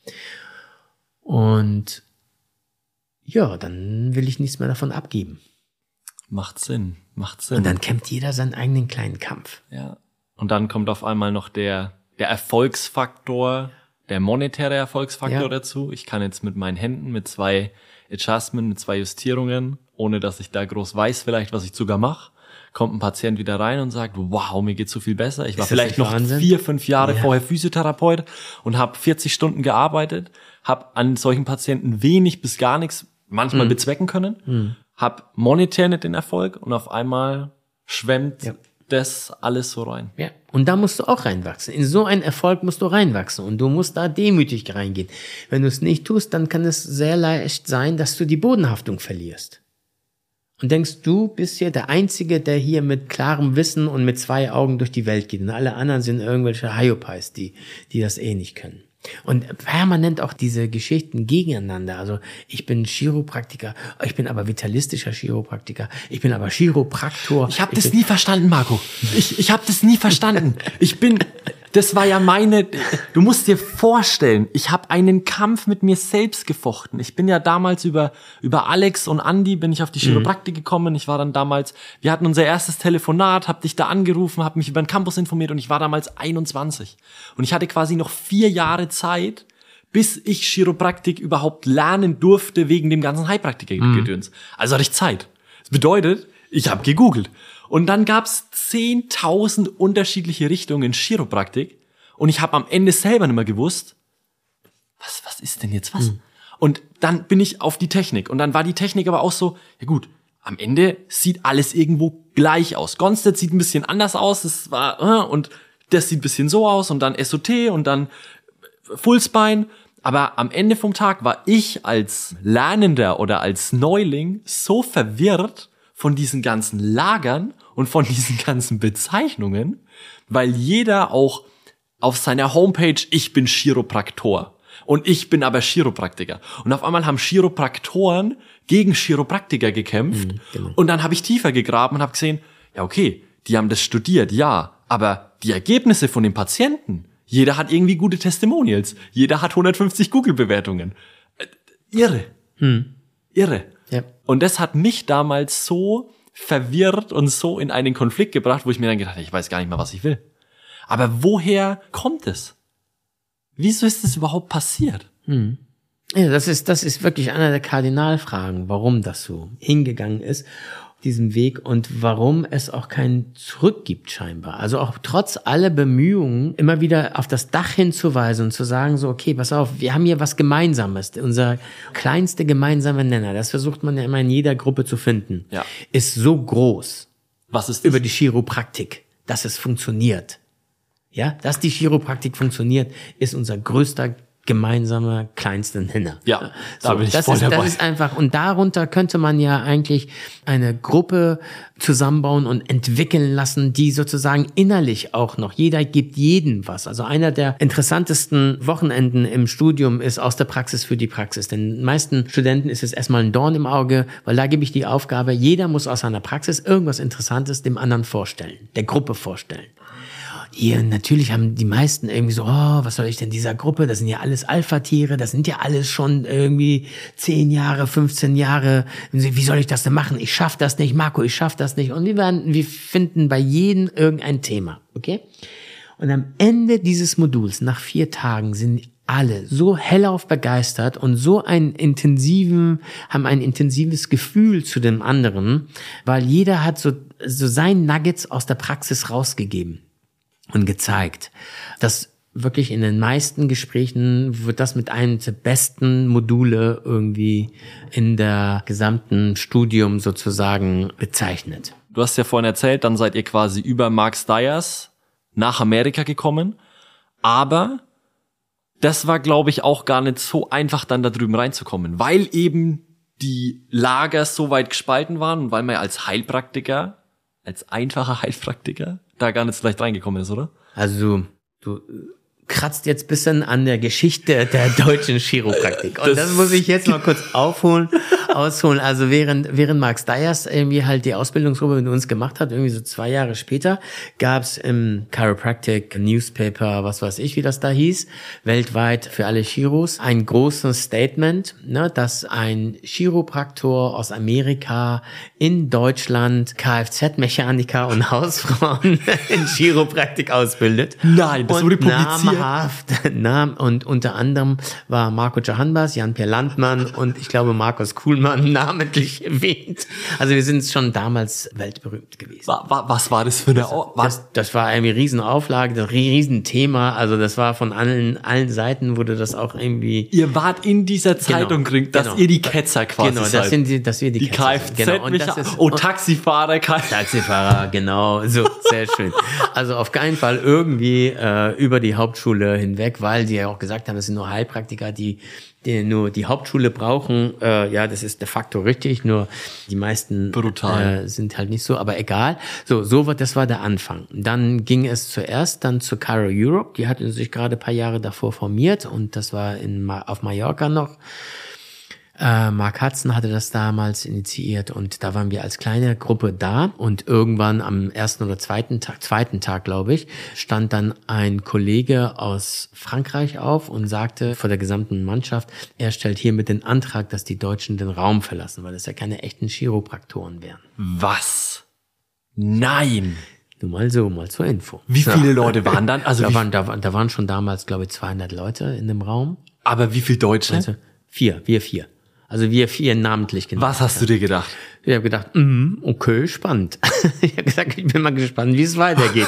Und ja, dann will ich nichts mehr davon abgeben. Macht Sinn. Und dann kämpft jeder seinen eigenen kleinen Kampf. Ja. Und dann kommt auf einmal noch der Erfolgsfaktor der monetäre Erfolgsfaktor dazu. Ich kann jetzt mit meinen Händen, mit 2 Adjustments, mit 2 Justierungen, ohne dass ich da groß weiß vielleicht, was ich sogar mache, kommt ein Patient wieder rein und sagt, wow, mir geht's so viel besser. Ich war vielleicht noch Wahnsinn? 4-5 Jahre vorher Physiotherapeut und habe 40 Stunden gearbeitet, habe an solchen Patienten wenig bis gar nichts manchmal bezwecken können, habe monetär nicht den Erfolg und auf einmal schwemmt das alles so rein. Ja, und da musst du auch reinwachsen. In so einen Erfolg musst du reinwachsen und du musst da demütig reingehen. Wenn du es nicht tust, dann kann es sehr leicht sein, dass du die Bodenhaftung verlierst. Und denkst, du bist hier der Einzige, der hier mit klarem Wissen und mit 2 Augen durch die Welt geht. Und alle anderen sind irgendwelche Hyopies, die das eh nicht können. Und permanent auch diese Geschichten gegeneinander. Also ich bin Chiropraktiker, ich bin aber vitalistischer Chiropraktiker, ich bin aber Chiropraktor. Ich habe das nie verstanden, Marco. Ich habe das nie verstanden. Das war ja du musst dir vorstellen, ich habe einen Kampf mit mir selbst gefochten. Ich bin ja damals über Alex und Andy bin ich auf die Chiropraktik gekommen. Ich war dann damals, wir hatten unser erstes Telefonat, hab dich da angerufen, hab mich über den Campus informiert und ich war damals 21. Und ich hatte quasi noch 4 Jahre Zeit, bis ich Chiropraktik überhaupt lernen durfte wegen dem ganzen Heilpraktiker-Gedöns. Also hatte ich Zeit. Das bedeutet, ich habe gegoogelt. Und dann gab's 10.000 unterschiedliche Richtungen in Chiropraktik. Und ich habe am Ende selber nicht mehr gewusst, was ist denn jetzt was? Und dann bin ich auf die Technik. Und dann war die Technik aber auch so, ja gut, am Ende sieht alles irgendwo gleich aus. Gonstedt sieht ein bisschen anders aus. Und das sieht ein bisschen so aus. Und dann SOT und dann Fullspine. Aber am Ende vom Tag war ich als Lernender oder als Neuling so verwirrt von diesen ganzen Lagern und von diesen ganzen Bezeichnungen, weil jeder auch auf seiner Homepage, ich bin Chiropraktor und ich bin aber Chiropraktiker. Und auf einmal haben Chiropraktoren gegen Chiropraktiker gekämpft und dann habe ich tiefer gegraben und habe gesehen, ja okay, die haben das studiert, ja, aber die Ergebnisse von den Patienten, jeder hat irgendwie gute Testimonials, jeder hat 150 Google-Bewertungen. Irre. Irre. Ja. Und das hat mich damals so verwirrt und so in einen Konflikt gebracht, wo ich mir dann gedacht habe, ich weiß gar nicht mehr, was ich will. Aber woher kommt es? Wieso ist das überhaupt passiert? Ja, das ist wirklich einer der Kardinalfragen, warum das so hingegangen ist, diesem Weg und warum es auch kein Zurück gibt scheinbar. Also auch trotz aller Bemühungen immer wieder auf das Dach hinzuweisen und zu sagen so, okay, pass auf, wir haben hier was Gemeinsames. Unser kleinste gemeinsame Nenner, das versucht man ja immer in jeder Gruppe zu finden, ist so groß. Was ist das? Über die Chiropraktik, dass es funktioniert. Ja, dass die Chiropraktik funktioniert, ist unser größter gemeinsamer kleinster Nenner. Ja, da bin ich voll dabei. Das ist einfach, und darunter könnte man ja eigentlich eine Gruppe zusammenbauen und entwickeln lassen, die sozusagen innerlich auch noch, jeder gibt jedem was. Also einer der interessantesten Wochenenden im Studium ist aus der Praxis für die Praxis. Den meisten Studenten ist es erstmal ein Dorn im Auge, weil da gebe ich die Aufgabe, jeder muss aus seiner Praxis irgendwas Interessantes dem anderen vorstellen, der Gruppe vorstellen. Hier, natürlich haben die meisten irgendwie so, was soll ich denn dieser Gruppe? Das sind ja alles Alpha-Tiere, das sind ja alles schon irgendwie 10 Jahre, 15 Jahre. Wie soll ich das denn machen? Ich schaff das nicht, Marco, ich schaff das nicht. Und wir finden bei jedem irgendein Thema, okay? Und am Ende dieses Moduls, nach 4 Tagen, sind alle so hellauf begeistert und haben ein intensives Gefühl zu dem anderen, weil jeder hat so sein Nuggets aus der Praxis rausgegeben und gezeigt, dass wirklich in den meisten Gesprächen wird das mit einem der besten Module irgendwie in der gesamten Studium sozusagen bezeichnet. Du hast ja vorhin erzählt, dann seid ihr quasi über Mark Stiers nach Amerika gekommen, aber das war, glaube ich, auch gar nicht so einfach, dann da drüben reinzukommen, weil eben die Lager so weit gespalten waren und weil man ja als Heilpraktiker, als einfacher Heilpraktiker, da gar nicht so leicht reingekommen ist, oder? Also du kratzt jetzt ein bisschen an der Geschichte der deutschen Chiropraktik. Und das muss ich jetzt mal kurz aufholen. ausholen. Also während Mark Stiers irgendwie halt die Ausbildungsgruppe mit uns gemacht hat, irgendwie so 2 Jahre später, gab's im Chiropractic Newspaper, was weiß ich, wie das da hieß, weltweit für alle Chiros, ein großes Statement, ne, dass ein Chiropraktor aus Amerika in Deutschland Kfz-Mechaniker und Hausfrauen in Chiropraktik ausbildet. Nein, das wurde publiziert. Und unter anderem war Marco Jahanbas, Jan-Pierre Landmann und ich glaube Markus Kuhlmann namentlich erwähnt. Also wir sind schon damals weltberühmt gewesen. Was war das für eine... Das war irgendwie Riesenauflage, das Riesenthema. Also das war von allen Seiten wurde das auch irgendwie... Ihr wart in dieser Zeitung, dass ihr die Ketzer quasi seid. Genau, dass wir die Kfz sind. Genau. Taxifahrer. Taxifahrer, genau. So, sehr schön. Also auf keinen Fall irgendwie über die Hauptschule hinweg, weil die ja auch gesagt haben, es sind nur Heilpraktiker, die nur die Hauptschule brauchen. Ja, das ist de facto richtig, nur die meisten sind halt nicht so, aber egal. Das war der Anfang. Dann ging es zuerst dann zu Chiro Europe, die hatten sich gerade ein paar Jahre davor formiert und das war auf Mallorca noch. Mark Hudson hatte das damals initiiert und da waren wir als kleine Gruppe da und irgendwann am ersten oder zweiten Tag, glaube ich, stand dann ein Kollege aus Frankreich auf und sagte vor der gesamten Mannschaft, er stellt hiermit den Antrag, dass die Deutschen den Raum verlassen, weil das ja keine echten Chiropraktoren wären. Was? Nein! Nur mal zur Info. Wie viele Leute waren dann? Also da waren schon damals, glaube ich, 200 Leute in dem Raum. Aber wie viele Deutsche? Also, wir 4. Also wir 4 namentlich genannt. Was hast du dir gedacht? Ich habe gedacht, okay, spannend. Ich habe gesagt, ich bin mal gespannt, wie es weitergeht.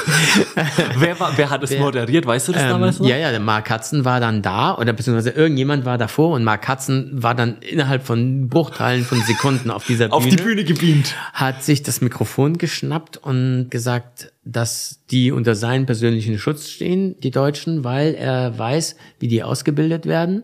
Wer hat es moderiert? Weißt du das damals noch? Ja, der Mark Hudson war dann da oder beziehungsweise irgendjemand war davor und Mark Hudson war dann innerhalb von Bruchteilen von Sekunden auf dieser Bühne. Auf die Bühne gebeamt. Hat sich das Mikrofon geschnappt und gesagt, dass die unter seinen persönlichen Schutz stehen, die Deutschen, weil er weiß, wie die ausgebildet werden.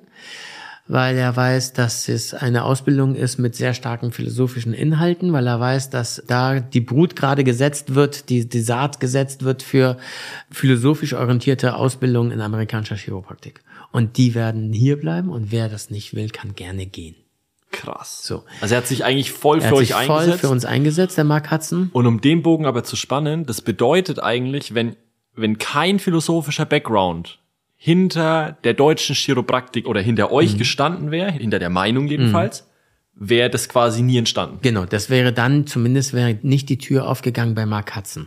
Weil er weiß, dass es eine Ausbildung ist mit sehr starken philosophischen Inhalten, weil er weiß, dass da die Brut gerade gesetzt wird, die Saat gesetzt wird für philosophisch orientierte Ausbildung in amerikanischer Chiropraktik. Und die werden hier bleiben und wer das nicht will, kann gerne gehen. Krass. So. Also er hat sich eigentlich voll für euch eingesetzt. Voll für uns eingesetzt, der Mark Hudson. Und um den Bogen aber zu spannen, das bedeutet eigentlich, wenn kein philosophischer Background hinter der deutschen Chiropraktik oder hinter euch gestanden wäre, hinter der Meinung jedenfalls, wäre das quasi nie entstanden. Genau, das wäre dann, zumindest wäre nicht die Tür aufgegangen bei Mark Hudson.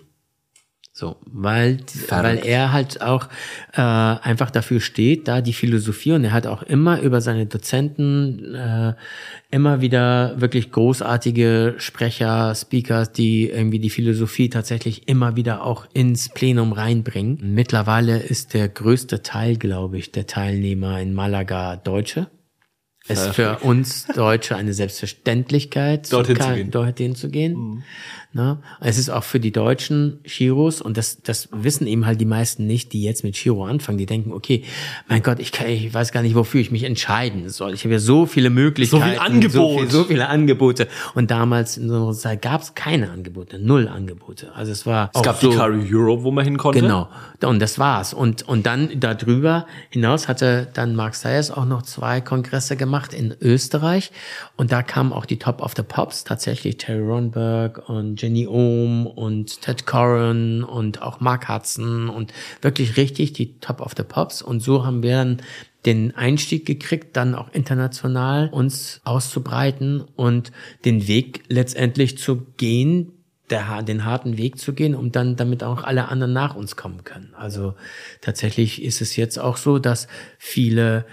So, weil er halt auch einfach dafür steht, da die Philosophie, und er hat auch immer über seine Dozenten immer wieder wirklich großartige Sprecher, Speakers, die irgendwie die Philosophie tatsächlich immer wieder auch ins Plenum reinbringen. Mittlerweile ist der größte Teil, glaube ich, der Teilnehmer in Malaga Deutsche. Es ist für uns Deutsche eine Selbstverständlichkeit, dorthin zu gehen. Ne? Es ist auch für die deutschen Chiros, und das wissen eben halt die meisten nicht, die jetzt mit Chiro anfangen. Die denken, okay, mein Gott, ich weiß gar nicht, wofür ich mich entscheiden soll. Ich habe ja so viele Möglichkeiten. So viele Angebote. Und damals in unserer Zeit gab es keine Angebote, 0 Angebote. Also es gab die Chiro Europe, wo man hin konnte. Genau. Und das war's. Und dann darüber hinaus hatte dann Mark Stiers auch noch 2 Kongresse gemacht in Österreich. Und da kamen auch die Top of the Pops, tatsächlich Terry Ronberg und Jenny Ohm und Ted Corran und auch Mark Hudson und wirklich richtig die Top of the Pops. Und so haben wir dann den Einstieg gekriegt, dann auch international uns auszubreiten und den Weg letztendlich zu gehen, den harten Weg zu gehen, um dann damit auch alle anderen nach uns kommen können. Also tatsächlich ist es jetzt auch so, dass viele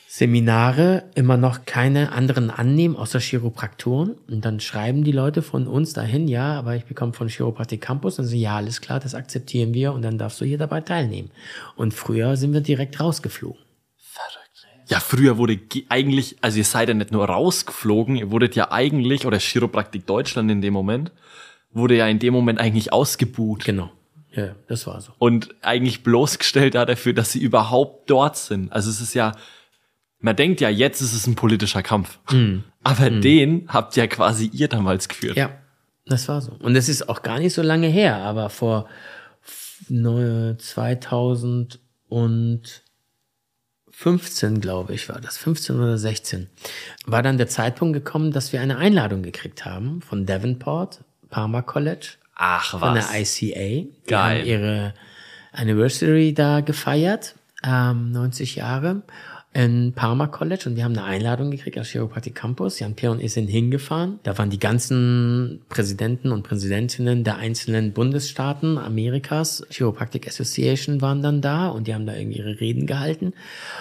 Seminare immer noch keine anderen annehmen, außer Chiropraktoren. Und dann schreiben die Leute von uns dahin, ja, aber ich bekomme von Chiropraktik Campus. Und so, ja, alles klar, das akzeptieren wir und dann darfst du hier dabei teilnehmen. Und früher sind wir direkt rausgeflogen. Verrückt. Ja, früher wurde eigentlich, also ihr seid ja nicht nur rausgeflogen, ihr wurdet ja eigentlich, oder Chiropraktik Deutschland in dem Moment, wurde ja in dem Moment eigentlich ausgebuht. Genau. Ja, das war so. Und eigentlich bloßgestellt dafür, dass sie überhaupt dort sind. Also es ist ja, man denkt ja, jetzt ist es ein politischer Kampf. Aber den habt ja quasi ihr damals geführt. Ja, das war so. Und das ist auch gar nicht so lange her, aber vor 2005 15, glaube ich, war das, 15 oder 16, war dann der Zeitpunkt gekommen, dass wir eine Einladung gekriegt haben von Davenport, Palmer College. Ach, von der ICA. Die haben ihre Anniversary da gefeiert, 90 Jahre in Palmer College, und wir haben eine Einladung gekriegt aus Chiropraktik Campus. Jan-Pierre und ich sind hingefahren. Da waren die ganzen Präsidenten und Präsidentinnen der einzelnen Bundesstaaten Amerikas. Chiropraktik Association waren dann da und die haben da irgendwie ihre Reden gehalten.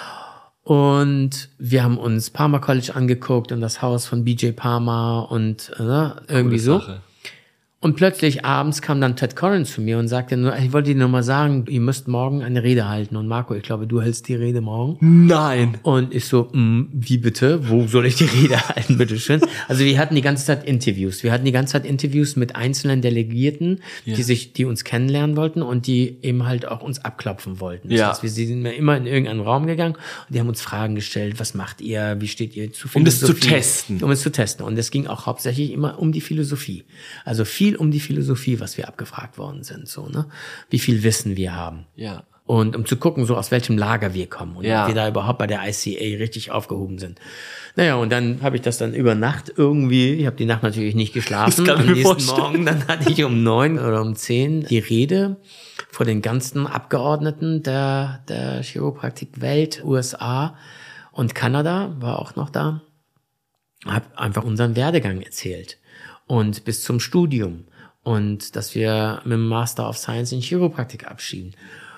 Und wir haben uns Palmer College angeguckt und das Haus von BJ Palmer und irgendwie so. Und plötzlich abends kam dann Ted Koren zu mir und sagte nur, ich wollte dir nur mal sagen, ihr müsst morgen eine Rede halten. Und Marco, ich glaube, du hältst die Rede morgen. Nein. Und ich so, wie bitte? Wo soll ich die Rede halten, bitteschön? Also wir hatten die ganze Zeit Interviews. Wir hatten die ganze Zeit Interviews mit einzelnen Delegierten, die uns kennenlernen wollten und die eben halt auch uns abklopfen wollten. Das heißt, wir sind immer in irgendeinen Raum gegangen und die haben uns Fragen gestellt. Was macht ihr? Wie steht ihr zu Philosophie? Um es zu testen. Und es ging auch hauptsächlich immer um die Philosophie. Also viel um die Philosophie, was wir abgefragt worden sind, so, ne? Wie viel Wissen wir haben. Ja. Und um zu gucken, so aus welchem Lager wir kommen und ob wir da überhaupt bei der ICA richtig aufgehoben sind. Naja, und dann habe ich das dann über Nacht irgendwie, ich habe die Nacht natürlich nicht geschlafen. Am nächsten Morgen, dann hatte ich um 9 oder um 10 die Rede vor den ganzen Abgeordneten der Chiropraktik-Welt, USA und Kanada, war auch noch da. Habe einfach unseren Werdegang erzählt. Und bis zum Studium. Und dass wir mit dem Master of Science in Chiropraktik abschieden.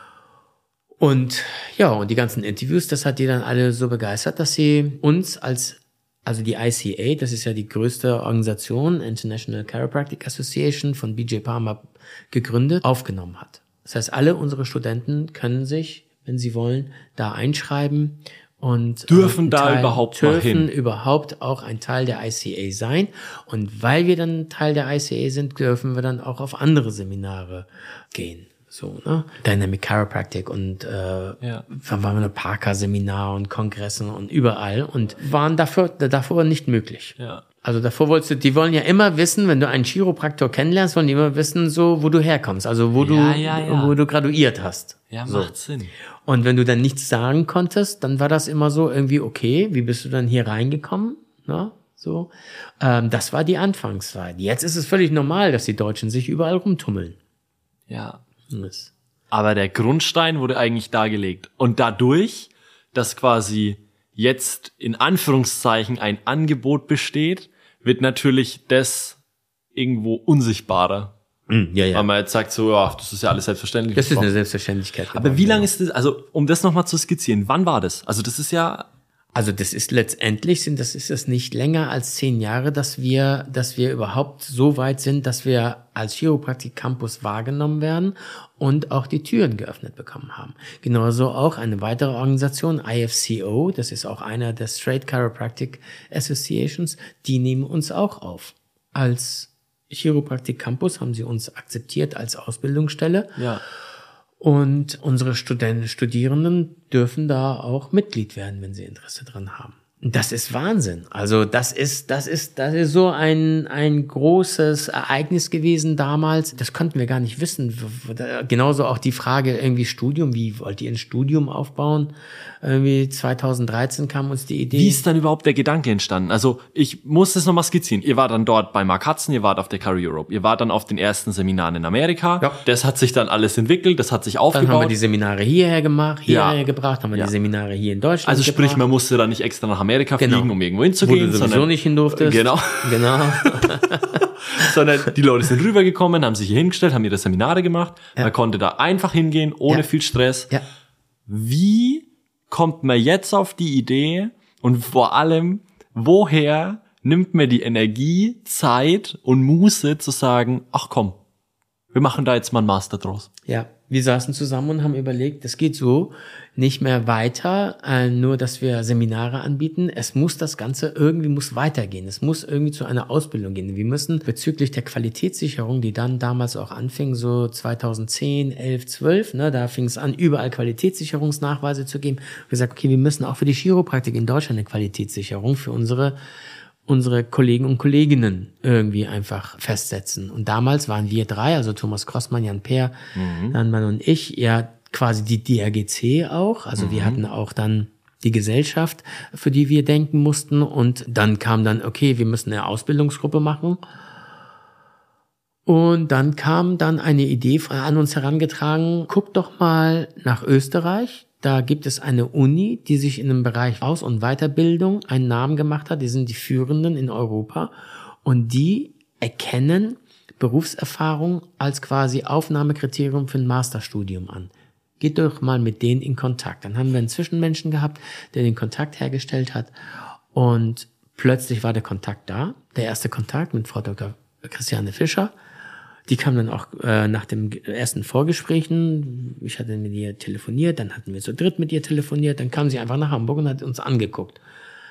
Und ja, und die ganzen Interviews, das hat die dann alle so begeistert, dass sie uns also die ICA, das ist ja die größte Organisation, International Chiropractic Association, von BJ Palmer gegründet, aufgenommen hat. Das heißt, alle unsere Studenten können sich, wenn sie wollen, da einschreiben und dürfen überhaupt auch ein Teil der ICA sein. Und weil wir dann Teil der ICA sind, dürfen wir dann auch auf andere Seminare gehen. So, ne? Dynamic Chiropractic und waren wir eine Parker-Seminar und Kongressen und überall und waren davor nicht möglich. Ja. Also davor die wollen ja immer wissen, wenn du einen Chiropraktor kennenlernst, wollen die immer wissen, so, wo du herkommst, also wo du graduiert hast. Ja, so. Macht Sinn. Und wenn du dann nichts sagen konntest, dann war das immer so irgendwie, okay, wie bist du dann hier reingekommen? Na, so. Das war die Anfangszeit. Jetzt ist es völlig normal, dass die Deutschen sich überall rumtummeln. Ja. Yes. Aber der Grundstein wurde eigentlich dargelegt. Und dadurch, dass quasi jetzt in Anführungszeichen ein Angebot besteht, wird natürlich das irgendwo unsichtbarer. Ja. Weil man jetzt sagt so, ja, das ist ja alles selbstverständlich. Das ist eine Selbstverständlichkeit. Aber wie lange ist das, also um das nochmal zu skizzieren, wann war das? Also das ist ja... Also das ist letztendlich, ist es nicht länger als 10 Jahre, dass wir überhaupt so weit sind, dass wir als Chiropraktik Campus wahrgenommen werden und auch die Türen geöffnet bekommen haben. Genauso auch eine weitere Organisation, IFCO, das ist auch einer der Straight Chiropractic Associations, die nehmen uns auch auf. Als Chiropraktik Campus haben sie uns akzeptiert als Ausbildungsstelle. Ja. Und unsere Studierenden dürfen da auch Mitglied werden, wenn sie Interesse dran haben. Das ist Wahnsinn. Also das ist so ein großes Ereignis gewesen damals. Das konnten wir gar nicht wissen. Genauso auch die Frage irgendwie Studium. Wie wollt ihr ein Studium aufbauen? Irgendwie 2013 kam uns die Idee. Wie ist dann überhaupt der Gedanke entstanden? Also ich muss das nochmal skizzieren. Ihr wart dann dort bei Mark Hudson, ihr wart auf der Chiro Europe, ihr wart dann auf den ersten Seminaren in Amerika. Ja. Das hat sich dann alles entwickelt, das hat sich aufgebaut. Dann haben wir die Seminare hierher gebracht, haben wir die Seminare hier in Deutschland Also sprich, man musste dann nicht extra nach Amerika fliegen, um irgendwo hinzugehen. Wo du sowieso nicht hin durftest. Genau. Sondern die Leute sind rübergekommen, haben sich hier hingestellt, haben ihre Seminare gemacht. Ja. Man konnte da einfach hingehen, ohne viel Stress. Ja. Wie kommt man jetzt auf die Idee und vor allem, woher nimmt man die Energie, Zeit und Muße zu sagen, ach komm, wir machen da jetzt mal einen Master draus? Ja, wir saßen zusammen und haben überlegt, das geht so nicht mehr weiter, nur dass wir Seminare anbieten. Das Ganze muss weitergehen. Es muss irgendwie zu einer Ausbildung gehen. Wir müssen bezüglich der Qualitätssicherung, die dann damals auch anfing, so 2010, 11, 12, da fing es an, überall Qualitätssicherungsnachweise zu geben. Wir gesagt, okay, wir müssen auch für die Chiropraktik in Deutschland eine Qualitätssicherung für unsere Kollegen und Kolleginnen irgendwie einfach festsetzen. Und damals waren wir 3, also Thomas Crossmann, Jan-Pierre, Landmann und ich, ja quasi die DRGC auch. Also wir hatten auch dann die Gesellschaft, für die wir denken mussten. Und dann kam dann, okay, wir müssen eine Ausbildungsgruppe machen. Und dann kam dann eine Idee an uns herangetragen, guck doch mal nach Österreich. Da gibt es eine Uni, die sich in dem Bereich Aus- und Weiterbildung einen Namen gemacht hat. Die sind die Führenden in Europa. Und die erkennen Berufserfahrung als quasi Aufnahmekriterium für ein Masterstudium an. Geht doch mal mit denen in Kontakt. Dann haben wir einen Zwischenmenschen gehabt, der den Kontakt hergestellt hat. Und plötzlich war der Kontakt da. Der erste Kontakt mit Frau Dr. Christiane Fischer. Die kam dann auch nach dem ersten Vorgesprächen. Ich hatte mit ihr telefoniert, dann hatten wir zu dritt mit ihr telefoniert. Dann kam sie einfach nach Hamburg und hat uns angeguckt.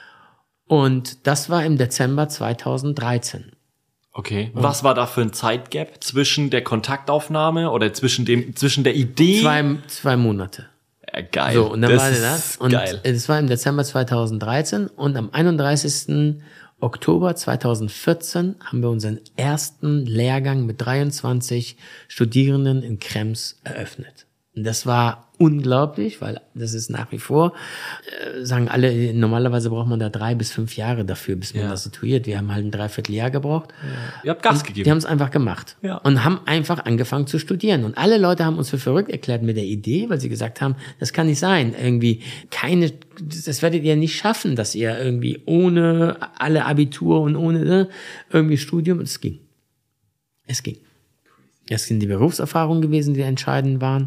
Und das war im Dezember 2013. Okay. Was war da für ein Zeitgap zwischen der Kontaktaufnahme oder zwischen der Idee? Zwei Monate. Ja, geil. So, und dann das war ist das. Und geil. es war im Dezember 2013 und am 31. Oktober 2014 haben wir unseren ersten Lehrgang mit 23 Studierenden in Krems eröffnet. Und das war unglaublich, weil das ist nach wie vor, sagen alle, normalerweise braucht man da 3 bis 5 Jahre dafür, bis man das situiert. Wir haben halt ein Dreivierteljahr gebraucht. Ja. Ihr habt Gas gegeben. Die haben es einfach gemacht und haben einfach angefangen zu studieren. Und alle Leute haben uns für verrückt erklärt mit der Idee, weil sie gesagt haben, das kann nicht sein. Irgendwie das werdet ihr nicht schaffen, dass ihr irgendwie ohne alle Abitur und ohne irgendwie Studium, es ging. Es ging. Es sind die Berufserfahrungen gewesen, die entscheidend waren.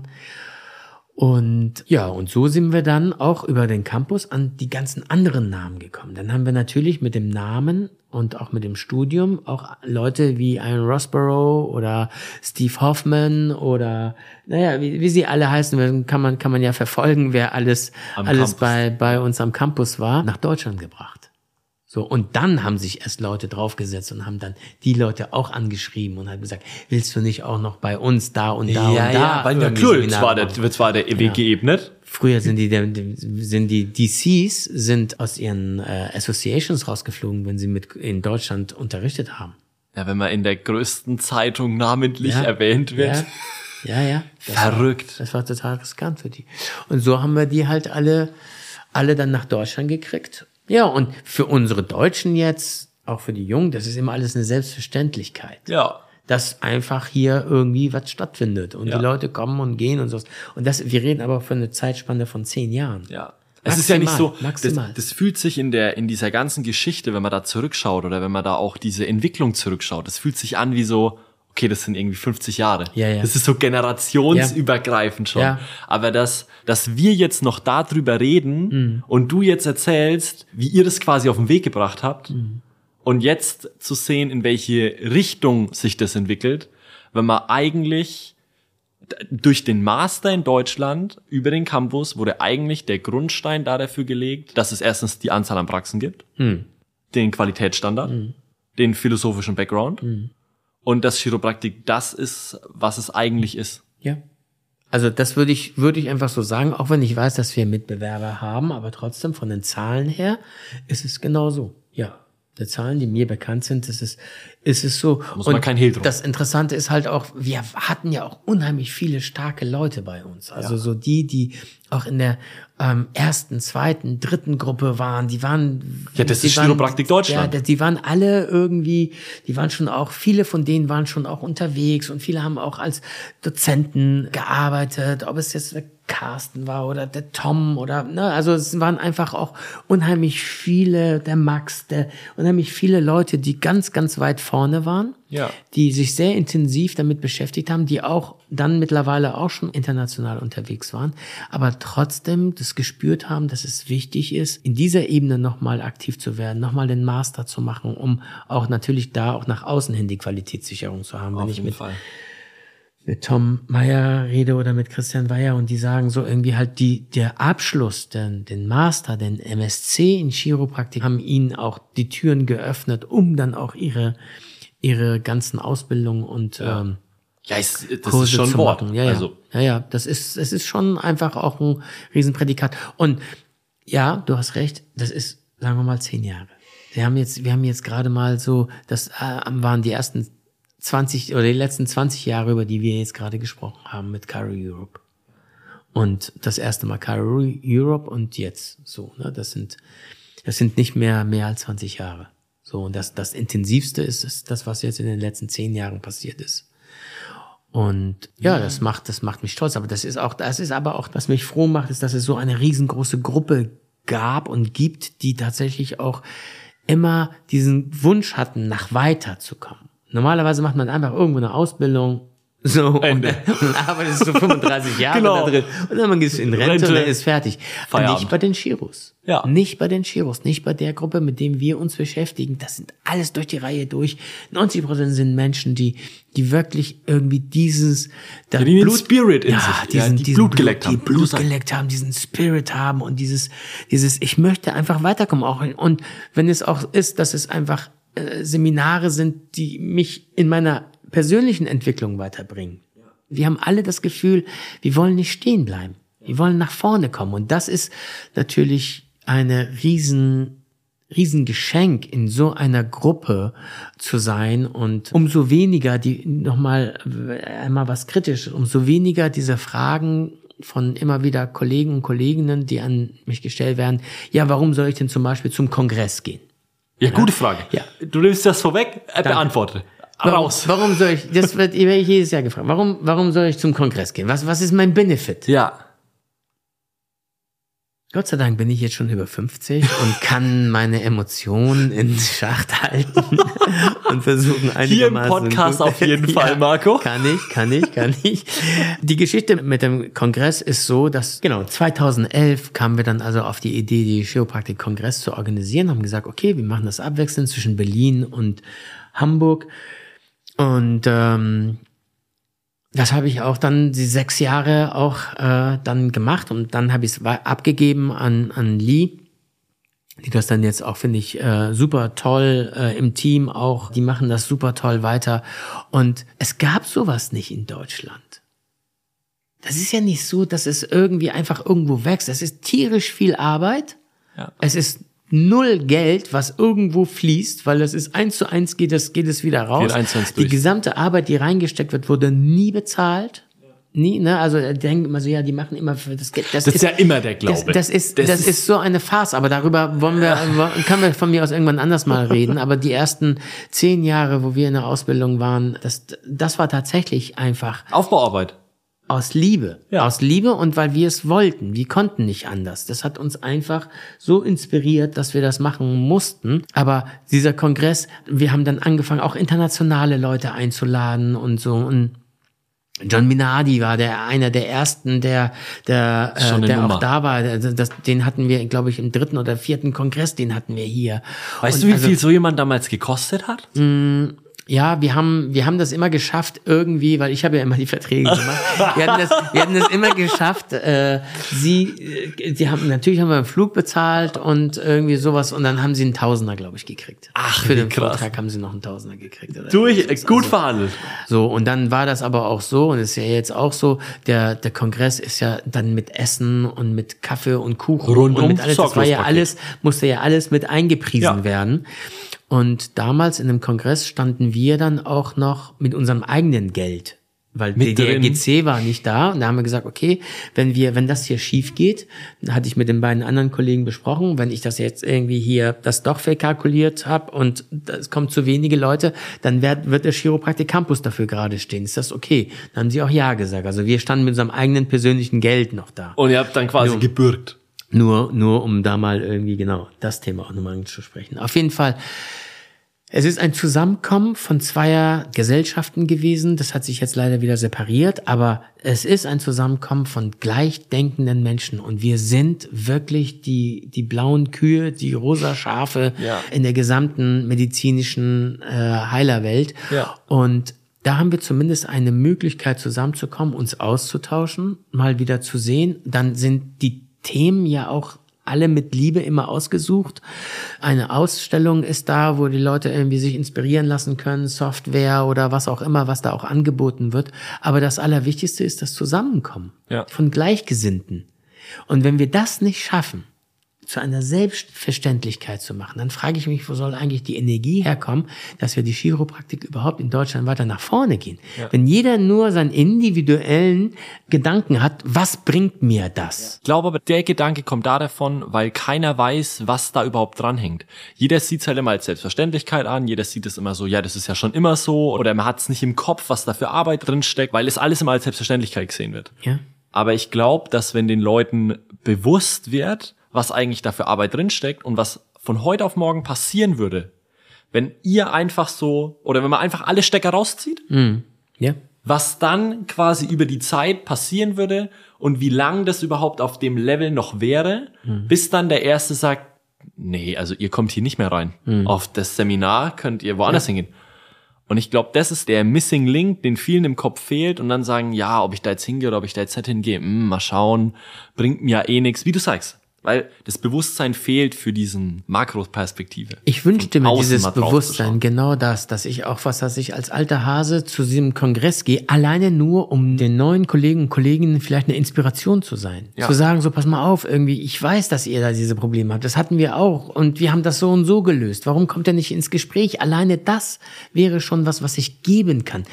Und ja, und so sind wir dann auch über den Campus an die ganzen anderen Namen gekommen. Dann haben wir natürlich mit dem Namen und auch mit dem Studium auch Leute wie Ian Rossborough oder Steve Hoffman oder wie sie alle heißen, kann man ja verfolgen, wer alles bei uns am Campus war, nach Deutschland gebracht. So, und dann haben sich erst Leute draufgesetzt und haben dann die Leute auch angeschrieben und haben gesagt, willst du nicht auch noch bei uns da und da und da? Ja, weil wird zwar der Weg geebnet. Früher sind die DCs sind aus ihren Associations rausgeflogen, wenn sie in Deutschland unterrichtet haben. Ja, wenn man in der größten Zeitung namentlich erwähnt wird. Ja. Verrückt. Das war total riskant für die. Und so haben wir die halt alle dann nach Deutschland gekriegt. Ja, und für unsere Deutschen jetzt, auch für die Jungen, das ist immer alles eine Selbstverständlichkeit. Ja. Dass einfach hier irgendwie was stattfindet und die Leute kommen und gehen und so. Und wir reden aber von einer Zeitspanne von 10 Jahren. Ja. Es ist ja nicht so, maximal. Das fühlt sich in dieser ganzen Geschichte, wenn man da zurückschaut oder wenn man da auch diese Entwicklung zurückschaut, das fühlt sich an wie so, okay, das sind irgendwie 50 Jahre. Ja. Das ist so generationsübergreifend schon. Ja. Aber dass wir jetzt noch darüber reden und du jetzt erzählst, wie ihr das quasi auf den Weg gebracht habt und jetzt zu sehen, in welche Richtung sich das entwickelt, wenn man eigentlich durch den Master in Deutschland über den Campus wurde eigentlich der Grundstein dafür gelegt, dass es erstens die Anzahl an Praxen gibt, den Qualitätsstandard, den philosophischen Background, und dass Chiropraktik das ist, was es eigentlich ist. Ja. Also das würde ich einfach so sagen, auch wenn ich weiß, dass wir Mitbewerber haben, aber trotzdem von den Zahlen her ist es genau so. Ja. Die Zahlen, die mir bekannt sind, ist es so. Muss man kein Hehl drum. Das Interessante ist halt auch, wir hatten ja auch unheimlich viele starke Leute bei uns. Also so die auch in der ersten, zweiten, dritten Gruppe waren, die waren... Ja, das ist Chiropraktik Deutschland. Ja, die waren alle irgendwie, viele von denen waren schon auch unterwegs und viele haben auch als Dozenten gearbeitet, ob es jetzt der Carsten war oder der Tom oder, also es waren einfach auch unheimlich viele, der Max, unheimlich viele Leute, die ganz, ganz weit vorne waren, die sich sehr intensiv damit beschäftigt haben, die auch dann mittlerweile auch schon international unterwegs waren, aber trotzdem das gespürt haben, dass es wichtig ist, in dieser Ebene nochmal aktiv zu werden, nochmal den Master zu machen, um auch natürlich da auch nach außen hin die Qualitätssicherung zu haben. Wenn ich mit Tom Meyer rede oder mit Christian Weyer und die sagen so irgendwie halt der Abschluss, den Master, den MSc in Chiropraktik haben ihnen auch die Türen geöffnet, um dann auch ihre ganzen Ausbildungen und das Kurse ist schon ein Wort. Ja, also. Es ist schon einfach auch ein Riesenprädikat. Und ja, du hast recht, das ist, sagen wir mal, 10 Jahre. Wir haben jetzt gerade mal so, das waren die ersten 20 oder die letzten 20 Jahre, über die wir jetzt gerade gesprochen haben mit Chiro Europe. Und das erste Mal Cairo Europe und jetzt so. Ne? Das sind nicht mehr als 20 Jahre. So, und das Intensivste ist das, was jetzt in den letzten 10 Jahren passiert ist. Und ja, das macht mich stolz. Aber das ist aber auch, was mich froh macht, ist, dass es so eine riesengroße Gruppe gab und gibt, die tatsächlich auch immer diesen Wunsch hatten, nach weiter zu kommen. Normalerweise macht man einfach irgendwo eine Ausbildung, so, und arbeitest du 35 Jahre da drin und dann gehst du in Rente und dann ist fertig. Nicht bei den Chiros. Ja. Nicht bei den Chiros, nicht bei der Gruppe, mit dem wir uns beschäftigen. Das sind alles durch die Reihe durch. 90% sind Menschen, die wirklich irgendwie die Spirit in sich, die Blut geleckt haben, diesen Spirit haben und dieses, ich möchte einfach weiterkommen auch. Und wenn es auch ist, dass es einfach Seminare sind, die mich in meiner persönlichen Entwicklung weiterbringen. Wir haben alle das Gefühl, wir wollen nicht stehen bleiben. Wir wollen nach vorne kommen. Und das ist natürlich eine riesen Geschenk, in so einer Gruppe zu sein. Und umso weniger, einmal was kritisch, umso weniger diese Fragen von immer wieder Kollegen und Kolleginnen, die an mich gestellt werden, ja, warum soll ich denn zum Beispiel zum Kongress gehen? Ja, gute Frage. Ja. Du nimmst das vorweg, beantworte. Warum soll ich, das werde ich jedes Jahr gefragt, warum soll ich zum Kongress gehen? Was ist mein Benefit? Ja. Gott sei Dank bin ich jetzt schon über 50 und kann meine Emotionen in Schacht halten und versuchen einigermaßen... Hier im Podcast auf jeden Fall, Marco. Kann ich. Die Geschichte mit dem Kongress ist so, dass, 2011 kamen wir dann also auf die Idee, die Chiropraktik-Kongress zu organisieren, haben gesagt, okay, wir machen das abwechselnd zwischen Berlin und Hamburg. Und das habe ich auch dann die 6 Jahre auch dann gemacht und dann habe ich es abgegeben an Lee, die das dann jetzt auch, finde ich, super toll im Team auch, die machen das super toll weiter und es gab sowas nicht in Deutschland. Das ist ja nicht so, dass es irgendwie einfach irgendwo wächst. Es ist tierisch viel Arbeit. Ja. Es ist 0 Geld, was irgendwo fließt, weil das ist 1:1 geht es wieder raus. Die gesamte Arbeit, die reingesteckt wird, wurde nie bezahlt. Nie, ne? Also denkt immer so, ja, die machen immer für das Geld. Das ist ja immer der Glaube. Das ist so eine Farce, aber darüber können wir von mir aus irgendwann anders mal reden. Aber die ersten 10 Jahre, wo wir in der Ausbildung waren, das war tatsächlich einfach Aufbauarbeit. Aus Liebe. Ja. Aus Liebe und weil wir es wollten. Wir konnten nicht anders. Das hat uns einfach so inspiriert, dass wir das machen mussten. Aber dieser Kongress, wir haben dann angefangen, auch internationale Leute einzuladen und so. Und John Minardi war einer der ersten, der auch da war. Den hatten wir, glaube ich, im 3. oder 4. Kongress, den hatten wir hier. Weißt du, wie viel so jemand damals gekostet hat? Ja, wir haben das immer geschafft irgendwie, weil ich habe ja immer die Verträge gemacht. Wir hatten das immer geschafft. Natürlich haben wir einen Flug bezahlt und irgendwie sowas und dann haben sie einen Tausender, glaube ich, gekriegt. Ach, für den Vortrag haben sie noch einen Tausender gekriegt. Oder gut verhandelt. So, und dann war das aber auch so und ist ja jetzt auch so, der Kongress ist ja dann mit Essen und mit Kaffee und Kuchen und mit alles, das war ja alles, musste ja alles mit eingepriesen werden. Und damals in dem Kongress standen wir dann auch noch mit unserem eigenen Geld, weil der GC war nicht da. Und da haben wir gesagt, okay, wenn das hier schief geht, hatte ich mit den beiden anderen Kollegen besprochen, wenn ich das jetzt irgendwie hier das doch verkalkuliert habe und es kommen zu wenige Leute, dann wird der Chiropraktik Campus dafür gerade stehen. Ist das okay? Dann haben sie auch ja gesagt. Also wir standen mit unserem eigenen persönlichen Geld noch da. Und ihr habt dann quasi gebürgt. Nur um da mal irgendwie das Thema auch nochmal anzusprechen. Auf jeden Fall, es ist ein Zusammenkommen von 2 Gesellschaften gewesen. Das hat sich jetzt leider wieder separiert, aber es ist ein Zusammenkommen von gleichdenkenden Menschen. Und wir sind wirklich die blauen Kühe, die rosa Schafe in der gesamten medizinischen Heilerwelt. Ja. Und da haben wir zumindest eine Möglichkeit, zusammenzukommen, uns auszutauschen, mal wieder zu sehen. Dann sind die Themen ja auch alle mit Liebe immer ausgesucht. Eine Ausstellung ist da, wo die Leute irgendwie sich inspirieren lassen können, Software oder was auch immer, was da auch angeboten wird. Aber das Allerwichtigste ist das Zusammenkommen von Gleichgesinnten. Und wenn wir das nicht schaffen, zu einer Selbstverständlichkeit zu machen, dann frage ich mich, wo soll eigentlich die Energie herkommen, dass wir die Chiropraktik überhaupt in Deutschland weiter nach vorne gehen. Ja. Wenn jeder nur seinen individuellen Gedanken hat, was bringt mir das? Ich glaube aber, der Gedanke kommt da davon, weil keiner weiß, was da überhaupt dranhängt. Jeder sieht es halt immer als Selbstverständlichkeit an, jeder sieht es immer so, ja, das ist ja schon immer so, oder man hat es nicht im Kopf, was da für Arbeit drin steckt, weil es alles immer als Selbstverständlichkeit gesehen wird. Ja. Aber ich glaube, dass wenn den Leuten bewusst wird, was eigentlich da für Arbeit drinsteckt und was von heute auf morgen passieren würde, wenn ihr einfach so, oder wenn man einfach alle Stecker rauszieht, ja. was dann quasi über die Zeit passieren würde und wie lang das überhaupt auf dem Level noch wäre, bis dann der Erste sagt, nee, also ihr kommt hier nicht mehr rein. Auf das Seminar könnt ihr woanders hingehen. Und ich glaube, das ist der Missing Link, den vielen im Kopf fehlt und dann sagen, ja, ob ich da jetzt hingehe oder ob ich da jetzt nicht hingehe, mal schauen, bringt mir ja eh nichts, wie du sagst. Weil das Bewusstsein fehlt für diesen Makroperspektive. Ich wünschte mir dieses Bewusstsein, genau das, dass ich auch, dass ich als alter Hase zu diesem Kongress gehe, alleine nur, um den neuen Kollegen und Kolleginnen vielleicht eine Inspiration zu sein. Ja. Zu sagen, so pass mal auf, irgendwie, ich weiß, dass ihr da diese Probleme habt, das hatten wir auch und wir haben das so und so gelöst. Warum kommt ihr nicht ins Gespräch? Alleine das wäre schon was ich geben kann.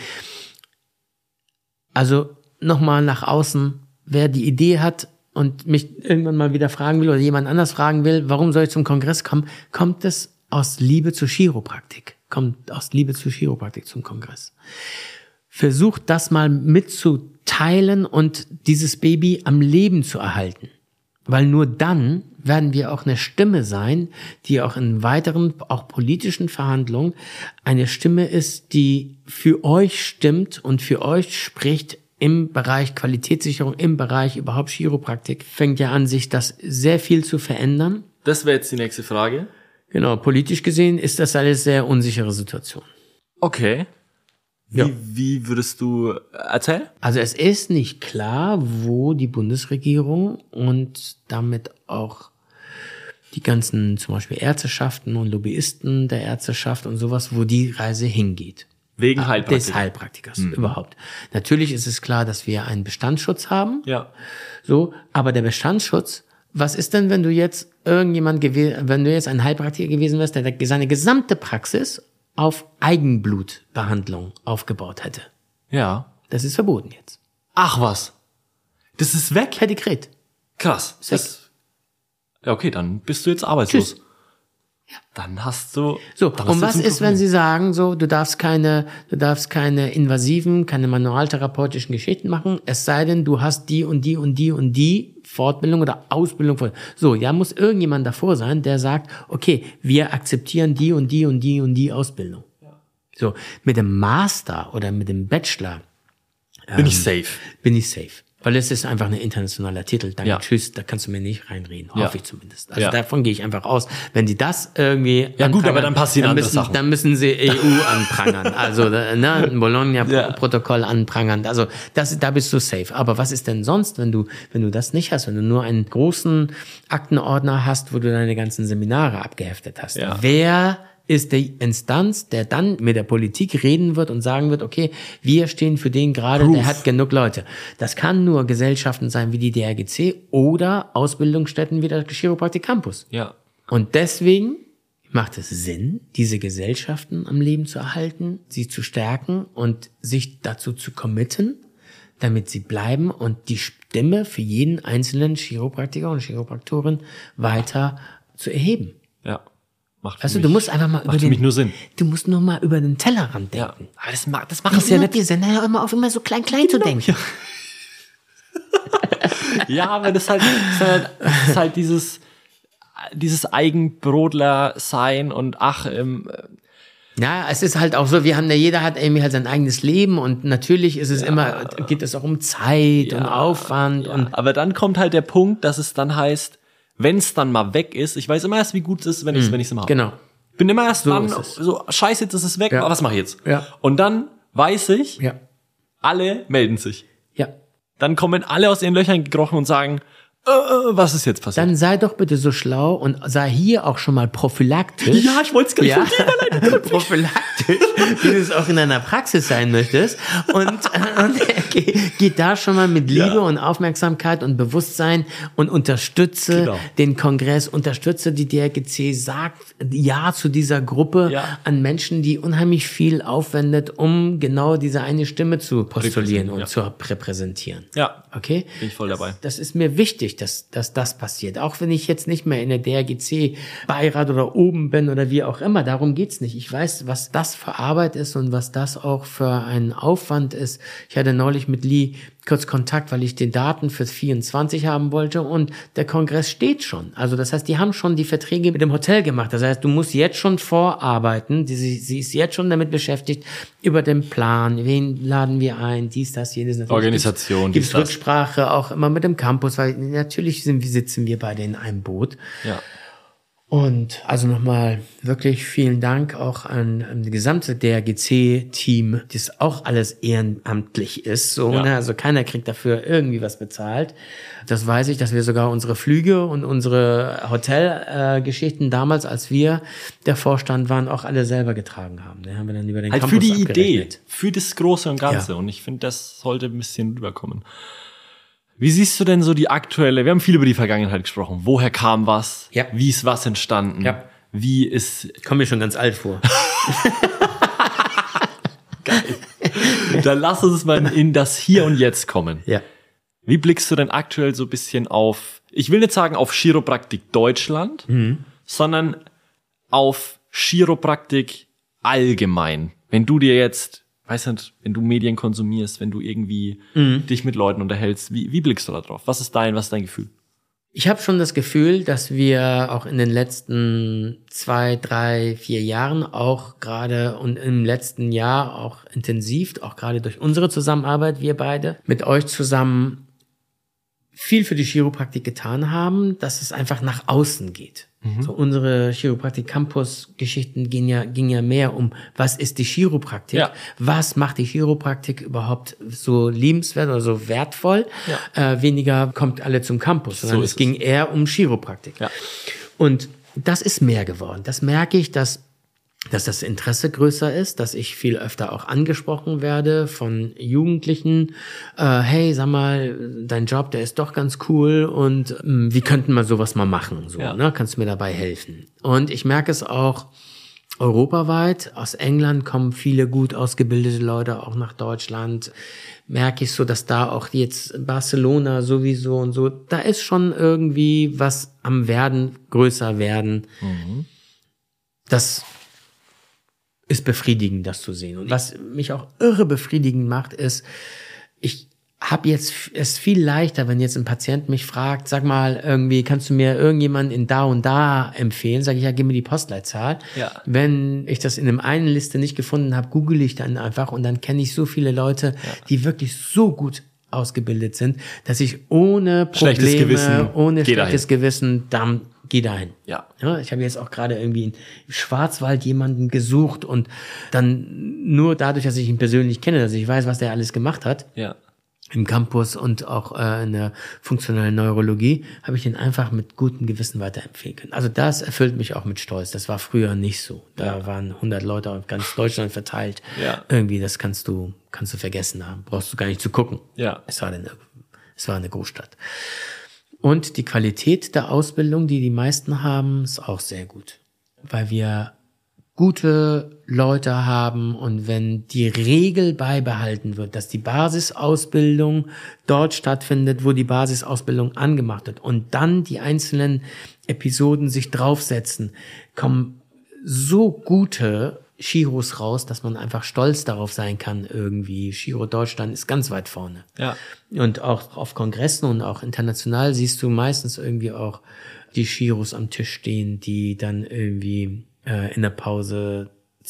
Also nochmal nach außen, wer die Idee hat, und mich irgendwann mal wieder fragen will oder jemand anders fragen will, warum soll ich zum Kongress kommen, kommt es aus Liebe zur Chiropraktik. Kommt aus Liebe zur Chiropraktik zum Kongress. Versucht das mal mitzuteilen und dieses Baby am Leben zu erhalten. Weil nur dann werden wir auch eine Stimme sein, die auch in weiteren, auch politischen Verhandlungen eine Stimme ist, die für euch stimmt und für euch spricht, im Bereich Qualitätssicherung, im Bereich überhaupt Chiropraktik, fängt ja an, sich das sehr viel zu verändern. Das wäre jetzt die nächste Frage. Genau, politisch gesehen ist das alles sehr unsichere Situation. Okay. Wie würdest du erzählen? Also es ist nicht klar, wo die Bundesregierung und damit auch die ganzen zum Beispiel Ärzteschaften und Lobbyisten der Ärzteschaft und sowas, wo die Reise hingeht. Wegen Heilpraktikers. Des Heilpraktikers, überhaupt. Natürlich ist es klar, dass wir einen Bestandsschutz haben. Ja. So, aber der Bestandsschutz, was ist denn, wenn du jetzt wenn du jetzt ein Heilpraktiker gewesen wärst, der seine gesamte Praxis auf Eigenblutbehandlung aufgebaut hätte? Ja. Das ist verboten jetzt. Ach was. Das ist weg? Per Dekret. Krass. Ist weg. Ja, okay, dann bist du jetzt arbeitslos. Tschüss. Ja. Dann hast du... So, und was ist, wenn sie sagen, so, du darfst keine invasiven, keine manualtherapeutischen Geschichten machen, es sei denn, du hast die und die und die und die Fortbildung oder Ausbildung. So, ja, muss irgendjemand davor sein, der sagt, okay, wir akzeptieren die und die und die und die Ausbildung. Ja. So, mit dem Master oder mit dem Bachelor bin ich safe. Weil es ist einfach ein internationaler Titel. Danke, tschüss, da kannst du mir nicht reinreden. Hoffe ich zumindest. Also davon gehe ich einfach aus. Wenn die das irgendwie gut, aber dann passieren andere Sachen. Dann müssen sie EU anprangern. Also, ein Bologna-Protokoll anprangern. Also, da bist du safe. Aber was ist denn sonst, wenn du das nicht hast? Wenn du nur einen großen Aktenordner hast, wo du deine ganzen Seminare abgeheftet hast. Ja. Wer ist die Instanz, der dann mit der Politik reden wird und sagen wird, okay, wir stehen für den gerade, der hat genug Leute. Das kann nur Gesellschaften sein wie die DRGC oder Ausbildungsstätten wie der Chiropraktik Campus. Ja. Und deswegen macht es Sinn, diese Gesellschaften am Leben zu erhalten, sie zu stärken und sich dazu zu committen, damit sie bleiben und die Stimme für jeden einzelnen Chiropraktiker und Chiropraktorin weiter zu erheben. Ja. Du musst einfach mal nur Sinn. Du musst nur mal über den Tellerrand denken. Ja. Aber das macht es ja nicht. Wir sind ja immer auf immer so klein zu denken. Ja, aber das ist halt dieses Eigenbrotler sein und ja, es ist halt auch so, jeder hat irgendwie halt sein eigenes Leben und natürlich ist es geht es auch um Zeit und Aufwand. Ja. Und aber dann kommt halt der Punkt, dass es dann heißt, wenn es dann mal weg ist, ich weiß immer erst, wie gut es ist, wenn ich es mal habe. Genau. Bin immer erst so dann so, scheiße, jetzt ist es weg, aber was mache ich jetzt? Ja. Und dann weiß ich, alle melden sich. Ja. Dann kommen alle aus ihren Löchern gekrochen und sagen, was ist jetzt passiert? Dann sei doch bitte so schlau und sei hier auch schon mal prophylaktisch. Ja, ich wollte es gleich prophylaktisch, wie du es auch in deiner Praxis sein möchtest. Und geh da schon mal mit Liebe und Aufmerksamkeit und Bewusstsein und unterstütze den Kongress, unterstütze die DRGC, sag Ja zu dieser Gruppe an Menschen, die unheimlich viel aufwendet, um genau diese eine Stimme zu postulieren und zu repräsentieren. Ja, okay? Bin ich voll dabei. Das ist mir wichtig, dass das passiert. Auch wenn ich jetzt nicht mehr in der DRGC-Beirat oder oben bin oder wie auch immer, darum geht's nicht. Ich weiß, was das für Arbeit ist und was das auch für ein Aufwand ist. Ich hatte neulich mit Lee kurz Kontakt, weil ich die Daten fürs 24 haben wollte und der Kongress steht schon. Also das heißt, die haben schon die Verträge mit dem Hotel gemacht. Das heißt, du musst jetzt schon vorarbeiten. Sie ist jetzt schon damit beschäftigt, über den Plan, wen laden wir ein, dies, das, jenes. Natürlich Organisation. Gibt's Rücksprache auch immer mit dem Campus, weil natürlich sitzen wir beide in einem Boot. Ja. Und also nochmal wirklich vielen Dank auch an das gesamte DRGC-Team, das auch alles ehrenamtlich ist. So, ne? Also keiner kriegt dafür irgendwie was bezahlt. Das weiß ich, dass wir sogar unsere Flüge und unsere Hotelgeschichten damals, als wir der Vorstand waren, auch alle selber getragen haben. Da haben wir dann über den Campus für die abgerechnet. Idee, für das Große und Ganze. Und ich finde, das sollte ein bisschen rüberkommen. Wie siehst du denn so die aktuelle, wir haben viel über die Vergangenheit gesprochen. Woher kam was? Ja. Wie ist was entstanden? Ja. Wie ist... Ich komme mir schon ganz alt vor. Geil. Dann lass uns mal in das Hier und Jetzt kommen. Ja. Wie blickst du denn aktuell so ein bisschen auf, ich will nicht sagen auf Chiropraktik Deutschland, sondern auf Chiropraktik allgemein? Wenn du dir jetzt... weiß nicht, wenn du Medien konsumierst, wenn du irgendwie dich mit Leuten unterhältst, wie blickst du da drauf? Was ist dein Gefühl? Ich habe schon das Gefühl, dass wir auch in den letzten 2, 3, 4 Jahren auch gerade und im letzten Jahr auch intensiv, auch gerade durch unsere Zusammenarbeit, wir beide, mit euch zusammen viel für die Chiropraktik getan haben, dass es einfach nach außen geht. So unsere Chiropraktik-Campus-Geschichten ging ja mehr um, was ist die Chiropraktik? Ja. Was macht die Chiropraktik überhaupt so liebenswert oder so wertvoll? Ja. Weniger kommt alle zum Campus, sondern es ging eher um Chiropraktik. Ja. Und das ist mehr geworden. Das merke ich, dass das Interesse größer ist, dass ich viel öfter auch angesprochen werde von Jugendlichen. Hey, sag mal, dein Job, der ist doch ganz cool und wie könnten wir sowas mal machen? So, ne? Kannst du mir dabei helfen? Und ich merke es auch europaweit. Aus England kommen viele gut ausgebildete Leute auch nach Deutschland. Merke ich so, dass da auch jetzt Barcelona sowieso und so, da ist schon irgendwie was am Werden, größer werden. Das ist befriedigend, das zu sehen. Und was mich auch irre befriedigend macht, ist, ich habe jetzt es viel leichter, wenn jetzt ein Patient mich fragt, sag mal, irgendwie kannst du mir irgendjemanden in da und da empfehlen? Sage ich, ja, gib mir die Postleitzahl. Ja. Wenn ich das in einem einen Liste nicht gefunden habe, google ich dann einfach und dann kenne ich so viele Leute, die wirklich so gut ausgebildet sind, dass ich ohne Probleme, ohne schlechtes Gewissen, dann geh dahin. Ja. Ich habe jetzt auch gerade irgendwie in Schwarzwald jemanden gesucht und dann nur dadurch, dass ich ihn persönlich kenne, dass ich weiß, was der alles gemacht hat. Ja. Im Campus und auch in der funktionellen Neurologie, habe ich ihn einfach mit gutem Gewissen weiterempfehlen können. Also das erfüllt mich auch mit Stolz. Das war früher nicht so. Da waren 100 Leute auf ganz Deutschland verteilt. Ja. Irgendwie, das kannst du vergessen haben. Brauchst du gar nicht zu gucken. Ja. Es war eine Großstadt. Und die Qualität der Ausbildung, die meisten haben, ist auch sehr gut. Weil wir gute Leute haben und wenn die Regel beibehalten wird, dass die Basisausbildung dort stattfindet, wo die Basisausbildung angemacht wird und dann die einzelnen Episoden sich draufsetzen, kommen so gute Chiros raus, dass man einfach stolz darauf sein kann irgendwie. Chiro Deutschland ist ganz weit vorne. Ja. Und auch auf Kongressen und auch international siehst du meistens irgendwie auch die Chiros am Tisch stehen, die dann irgendwie in der Pause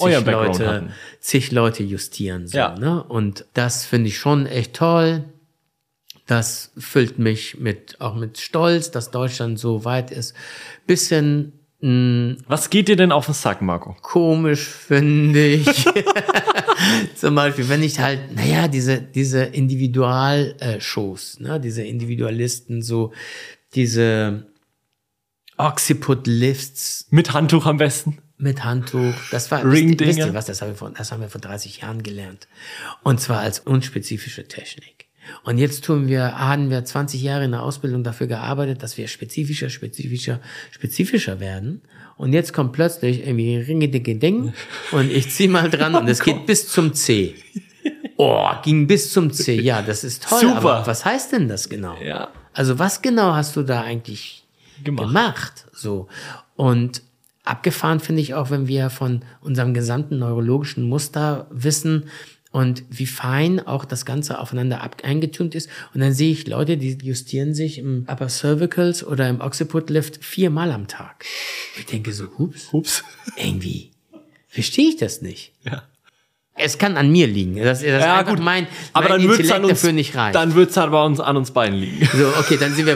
zig Leute justieren. So, ja. Ne? Und das finde ich schon echt toll. Das füllt mich auch mit Stolz, dass Deutschland so weit ist. Bisschen was geht dir denn auf den Sack, Marco? Komisch finde ich. Zum Beispiel, wenn ich halt, diese Individualshows, ne, diese Individualisten so, diese Occiput-Lifts. Mit Handtuch am besten. Mit Handtuch. Das war, wisst ihr was, das haben wir vor 30 Jahren gelernt. Und zwar als unspezifische Technik. Und jetzt haben wir 20 Jahre in der Ausbildung dafür gearbeitet, dass wir spezifischer werden. Und jetzt kommt plötzlich irgendwie ringedicke Ding und ich zieh mal dran und es geht bis zum C. Oh, ging bis zum C. Ja, das ist toll. Super. Aber was heißt denn das genau? Ja. Also was genau hast du da eigentlich gemacht? So. Und abgefahren finde ich auch, wenn wir von unserem gesamten neurologischen Muster wissen und wie fein auch das Ganze aufeinander eingetunt ist. Und dann sehe ich Leute, die justieren sich im Upper Cervicals oder im Occiput Lift 4-mal am Tag. Ich denke so, ups. Irgendwie verstehe ich das nicht. Ja. Es kann an mir liegen. Das ja, gut. Mein aber dann wird's Intellekt dafür nicht reicht. Dann wird's halt an uns beiden liegen. So, okay, dann sind wir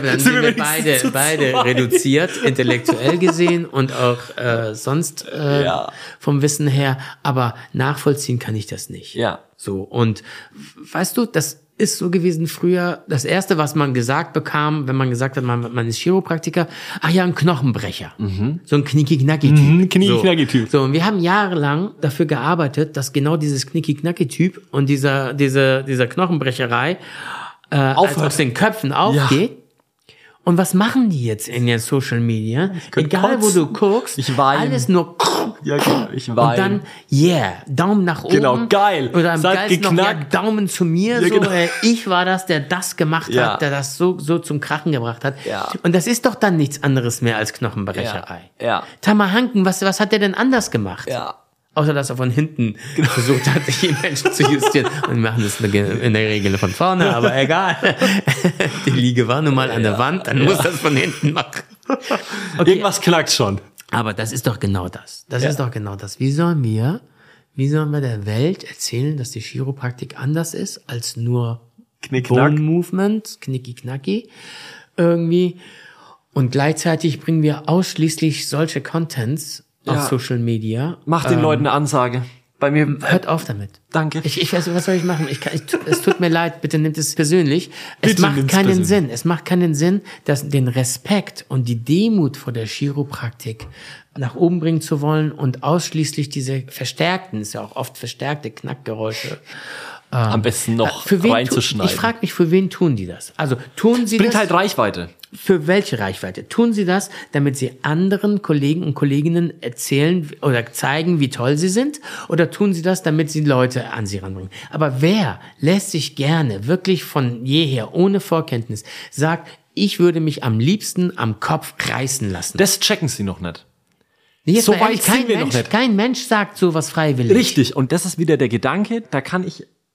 beide reduziert, intellektuell gesehen und auch sonst vom Wissen her. Aber nachvollziehen kann ich das nicht. Ja. So, und weißt du, das ist so gewesen früher, das Erste, was man gesagt bekam, wenn man gesagt hat, man ist Chiropraktiker, ach ja, ein Knochenbrecher. So ein Knicki-Knacki-Typ. Knicki-Knacki-Typ. So, und wir haben jahrelang dafür gearbeitet, dass genau dieses Knicki-Knacki-Typ und dieser Knochenbrecherei aus den Köpfen aufgeht. Ja. Und was machen die jetzt in den Social Media? Egal, wo du guckst, alles nur ja, genau, ich weine. Und dann, Daumen nach oben. Genau, geil. Oder am geilsten noch, Daumen zu mir. Ja, so, genau. Ich war das, der das gemacht hat, der das so zum Krachen gebracht hat. Ja. Und das ist doch dann nichts anderes mehr als Knochenbrecherei. Ja. Tamahanken, was hat der denn anders gemacht? Ja. Außer, dass er von hinten versucht hat, die Menschen zu justieren. Und wir machen das in der Regel von vorne, aber egal. Die Liege war nun mal an der Wand, dann muss das von hinten machen. Okay. Irgendwas knackt schon. Aber das ist doch genau das. Ist doch genau das. Wie sollen wir der Welt erzählen, dass die Chiropraktik anders ist als nur Bone Movement, Knicki-Knacki irgendwie. Und gleichzeitig bringen wir ausschließlich solche Contents auf Social Media. Mach den Leuten eine Ansage. Bei mir. Hört auf damit. Danke. Ich weiß, was soll ich machen? Es tut mir leid, bitte nehmt es persönlich. Es macht keinen Sinn. Es macht keinen Sinn, den Respekt und die Demut vor der Chiropraktik nach oben bringen zu wollen und ausschließlich diese verstärkten, ist ja auch oft verstärkte Knackgeräusche am besten noch reinzuschneiden. Ich frage mich, für wen tun die das? Also tun sie das? Bringt halt Reichweite. Für welche Reichweite? Tun sie das, damit sie anderen Kollegen und Kolleginnen erzählen oder zeigen, wie toll sie sind? Oder tun sie das, damit sie Leute an sie ranbringen? Aber wer lässt sich gerne, wirklich von jeher, ohne Vorkenntnis, sagt, ich würde mich am liebsten am Kopf reißen lassen? Das checken sie noch nicht. So weit sind wir noch nicht. Kein Mensch sagt sowas freiwillig. Richtig. Und das ist wieder der Gedanke, da kann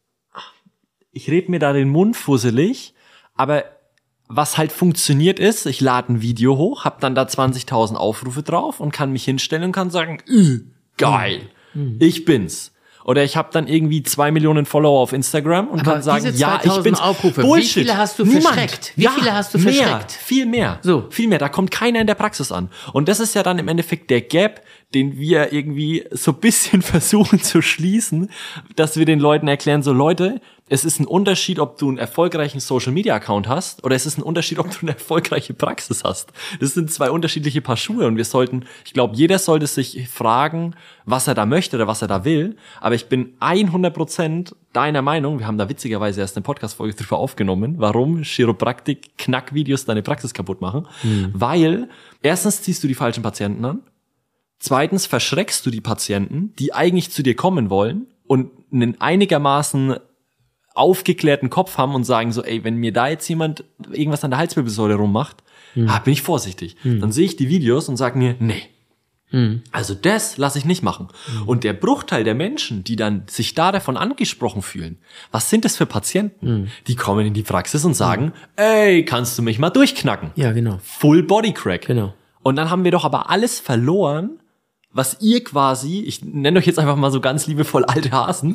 ich rede mir da den Mund fusselig, aber was halt funktioniert ist, ich lade ein Video hoch, hab dann da 20.000 Aufrufe drauf und kann mich hinstellen und kann sagen, geil, ich bin's. Oder ich habe dann irgendwie 2 Millionen Follower auf Instagram und kann sagen, ja, ich bin's. Aufrufe, Bullshit. Wie viele hast du verschreckt? Wie viele hast du verschreckt? Viel mehr. Viel mehr. Da kommt keiner in der Praxis an. Und das ist ja dann im Endeffekt der Gap, den wir irgendwie so ein bisschen versuchen zu schließen, dass wir den Leuten erklären, so Leute, es ist ein Unterschied, ob du einen erfolgreichen Social-Media-Account hast oder es ist ein Unterschied, ob du eine erfolgreiche Praxis hast. Das sind 2 unterschiedliche Paar Schuhe und ich glaube, jeder sollte sich fragen, was er da möchte oder was er da will. Aber ich bin 100% deiner Meinung, wir haben da witzigerweise erst eine Podcast-Folge drüber aufgenommen, warum Chiropraktik-Knackvideos deine Praxis kaputt machen. Weil erstens ziehst du die falschen Patienten an. Zweitens verschreckst du die Patienten, die eigentlich zu dir kommen wollen und einen einigermaßen aufgeklärten Kopf haben und sagen so, ey, wenn mir da jetzt jemand irgendwas an der Halswirbelsäule rummacht, bin ich vorsichtig. Dann sehe ich die Videos und sage mir, nee. Also das lasse ich nicht machen. Und der Bruchteil der Menschen, die dann sich da davon angesprochen fühlen, was sind das für Patienten? Die kommen in die Praxis und sagen, ey, kannst du mich mal durchknacken? Ja, genau. Full Body Crack. Genau. Und dann haben wir doch aber alles verloren, was ihr quasi, ich nenne euch jetzt einfach mal so ganz liebevoll alte Hasen.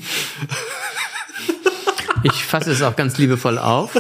Ich fasse es auch ganz liebevoll auf.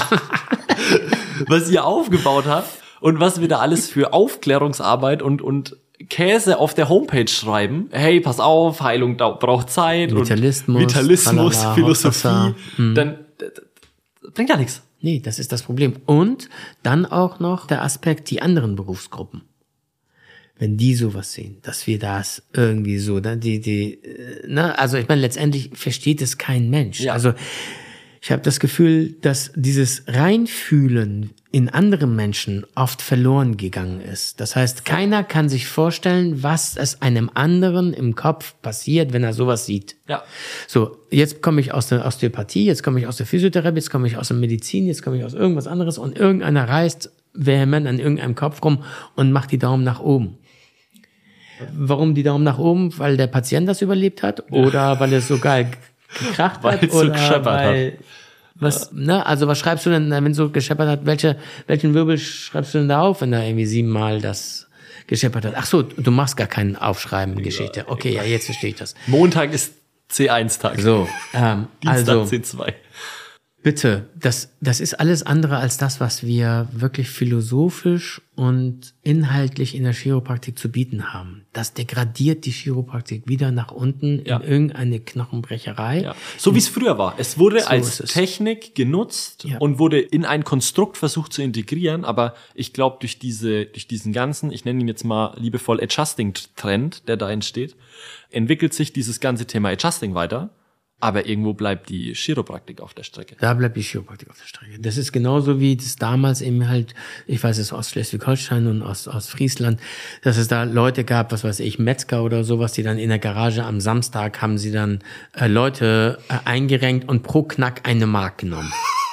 Was ihr aufgebaut habt und was wir da alles für Aufklärungsarbeit und Käse auf der Homepage schreiben. Hey, pass auf, Heilung braucht Zeit. Vitalismus, und Vitalismus, Philosophie. Dann bringt ja nichts. Nee, das ist das Problem. Und dann auch noch der Aspekt, die anderen Berufsgruppen. Wenn die sowas sehen, dass wir das irgendwie so, also ich meine, letztendlich versteht es kein Mensch. Ja. Also ich habe das Gefühl, dass dieses Reinfühlen in andere Menschen oft verloren gegangen ist. Das heißt, keiner kann sich vorstellen, was es einem anderen im Kopf passiert, wenn er sowas sieht. Ja. So, jetzt komme ich aus der Osteopathie, jetzt komme ich aus der Physiotherapie, jetzt komme ich aus der Medizin, jetzt komme ich aus irgendwas anderes und irgendeiner reißt vehement an irgendeinem Kopf rum und macht die Daumen nach oben. Warum die Daumen nach oben? Weil der Patient das überlebt hat? Oder weil es so geil gekracht Weil hat? es so Oder gescheppert weil, hat. was, ne? Also was schreibst du denn, wenn es so gescheppert hat? Welchen Wirbel schreibst du denn da auf, wenn da irgendwie 7-mal das gescheppert hat? Ach so, du machst gar kein Aufschreiben Geschichte. Okay, ja, jetzt verstehe ich das. Montag ist C1-Tag. So, Dienstag also C2. bitte, das ist alles andere als das, was wir wirklich philosophisch und inhaltlich in der Chiropraktik zu bieten haben. Das degradiert die Chiropraktik wieder nach unten in irgendeine Knochenbrecherei. Ja. So wie es früher war. Es wurde So als ist es. Technik genutzt Ja. und wurde in ein Konstrukt versucht zu integrieren, aber ich glaube, durch diesen ganzen, ich nenne ihn jetzt mal liebevoll Adjusting-Trend, der da entsteht, entwickelt sich dieses ganze Thema Adjusting weiter. Aber irgendwo bleibt die Chiropraktik auf der Strecke. Da bleibt die Chiropraktik auf der Strecke. Das ist genauso wie das damals eben halt, ich weiß es aus Schleswig-Holstein und aus Friesland, dass es da Leute gab, was weiß ich, Metzger oder sowas, die dann in der Garage am Samstag haben sie dann Leute eingerenkt und pro Knack 1 Mark genommen.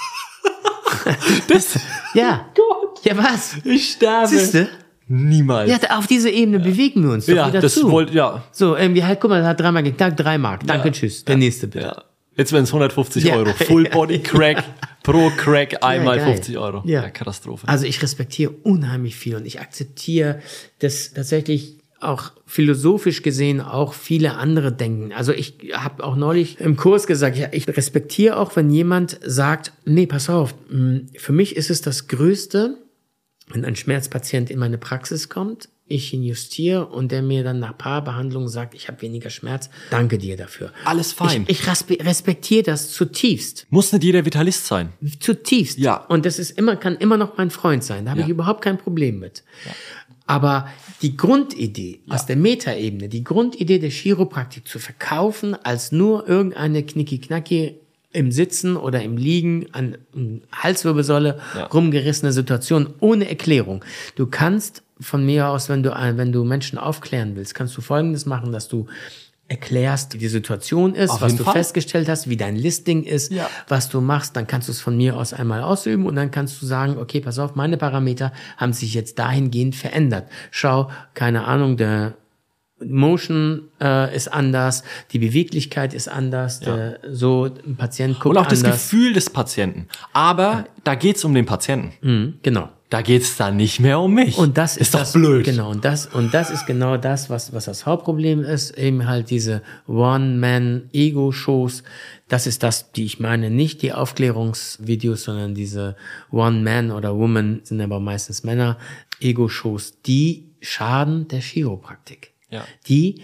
Das, Ja. Gott, Ja, was? ich sterbe. Siehste? Niemals. Ja, auf diese Ebene bewegen wir uns doch Ja, wieder das zu. wollte, ja. So, irgendwie halt, guck mal, das hat 3 Mal geknackt, 3 Mark. Danke, tschüss. Der nächste bitte. Ja. Jetzt wären es 150 Ja. Euro. Full Body Crack, pro Crack einmal geil. 50 Euro. Ja. Katastrophe. Also ich respektiere unheimlich viel und ich akzeptiere das tatsächlich auch philosophisch gesehen auch viele andere denken. Also ich habe auch neulich im Kurs gesagt, ja, ich respektiere auch, wenn jemand sagt, nee, pass auf, für mich ist es das Größte, wenn ein Schmerzpatient in meine Praxis kommt, ich ihn justiere und der mir dann nach paar Behandlungen sagt, ich habe weniger Schmerz, danke dir dafür. Alles fein. Ich respektiere das zutiefst. Muss nicht jeder Vitalist sein. Zutiefst. Ja. Und das ist kann immer noch mein Freund sein. Da habe Ja. ich überhaupt kein Problem mit. Ja. Aber die Grundidee aus der Metaebene, die Grundidee der Chiropraktik zu verkaufen als nur irgendeine Knicki-Knacki im Sitzen oder im Liegen an Halswirbelsäule rumgerissene Situation ohne Erklärung. Du kannst von mir aus, wenn du Menschen aufklären willst, kannst du Folgendes machen, dass du erklärst, wie die Situation ist, Auf was jeden du Fall. festgestellt hast, wie dein Listing ist, was du machst, dann kannst du es von mir aus einmal ausüben und dann kannst du sagen, okay, pass auf, meine Parameter haben sich jetzt dahingehend verändert. Schau, keine Ahnung, der Motion ist anders, die Beweglichkeit ist anders, so ein Patient guckt Und auch anders. das Gefühl des Patienten. Aber da geht's um den Patienten. Genau. Da geht's dann nicht mehr um mich. Und das ist doch das, blöd. Genau, und das ist genau das, was das Hauptproblem ist, eben halt diese One-Man-Ego-Shows. Das ist das, die ich meine, nicht die Aufklärungsvideos, sondern diese One-Man oder Woman, sind aber meistens Männer, Ego-Shows, die schaden der Chiropraktik. Ja. Die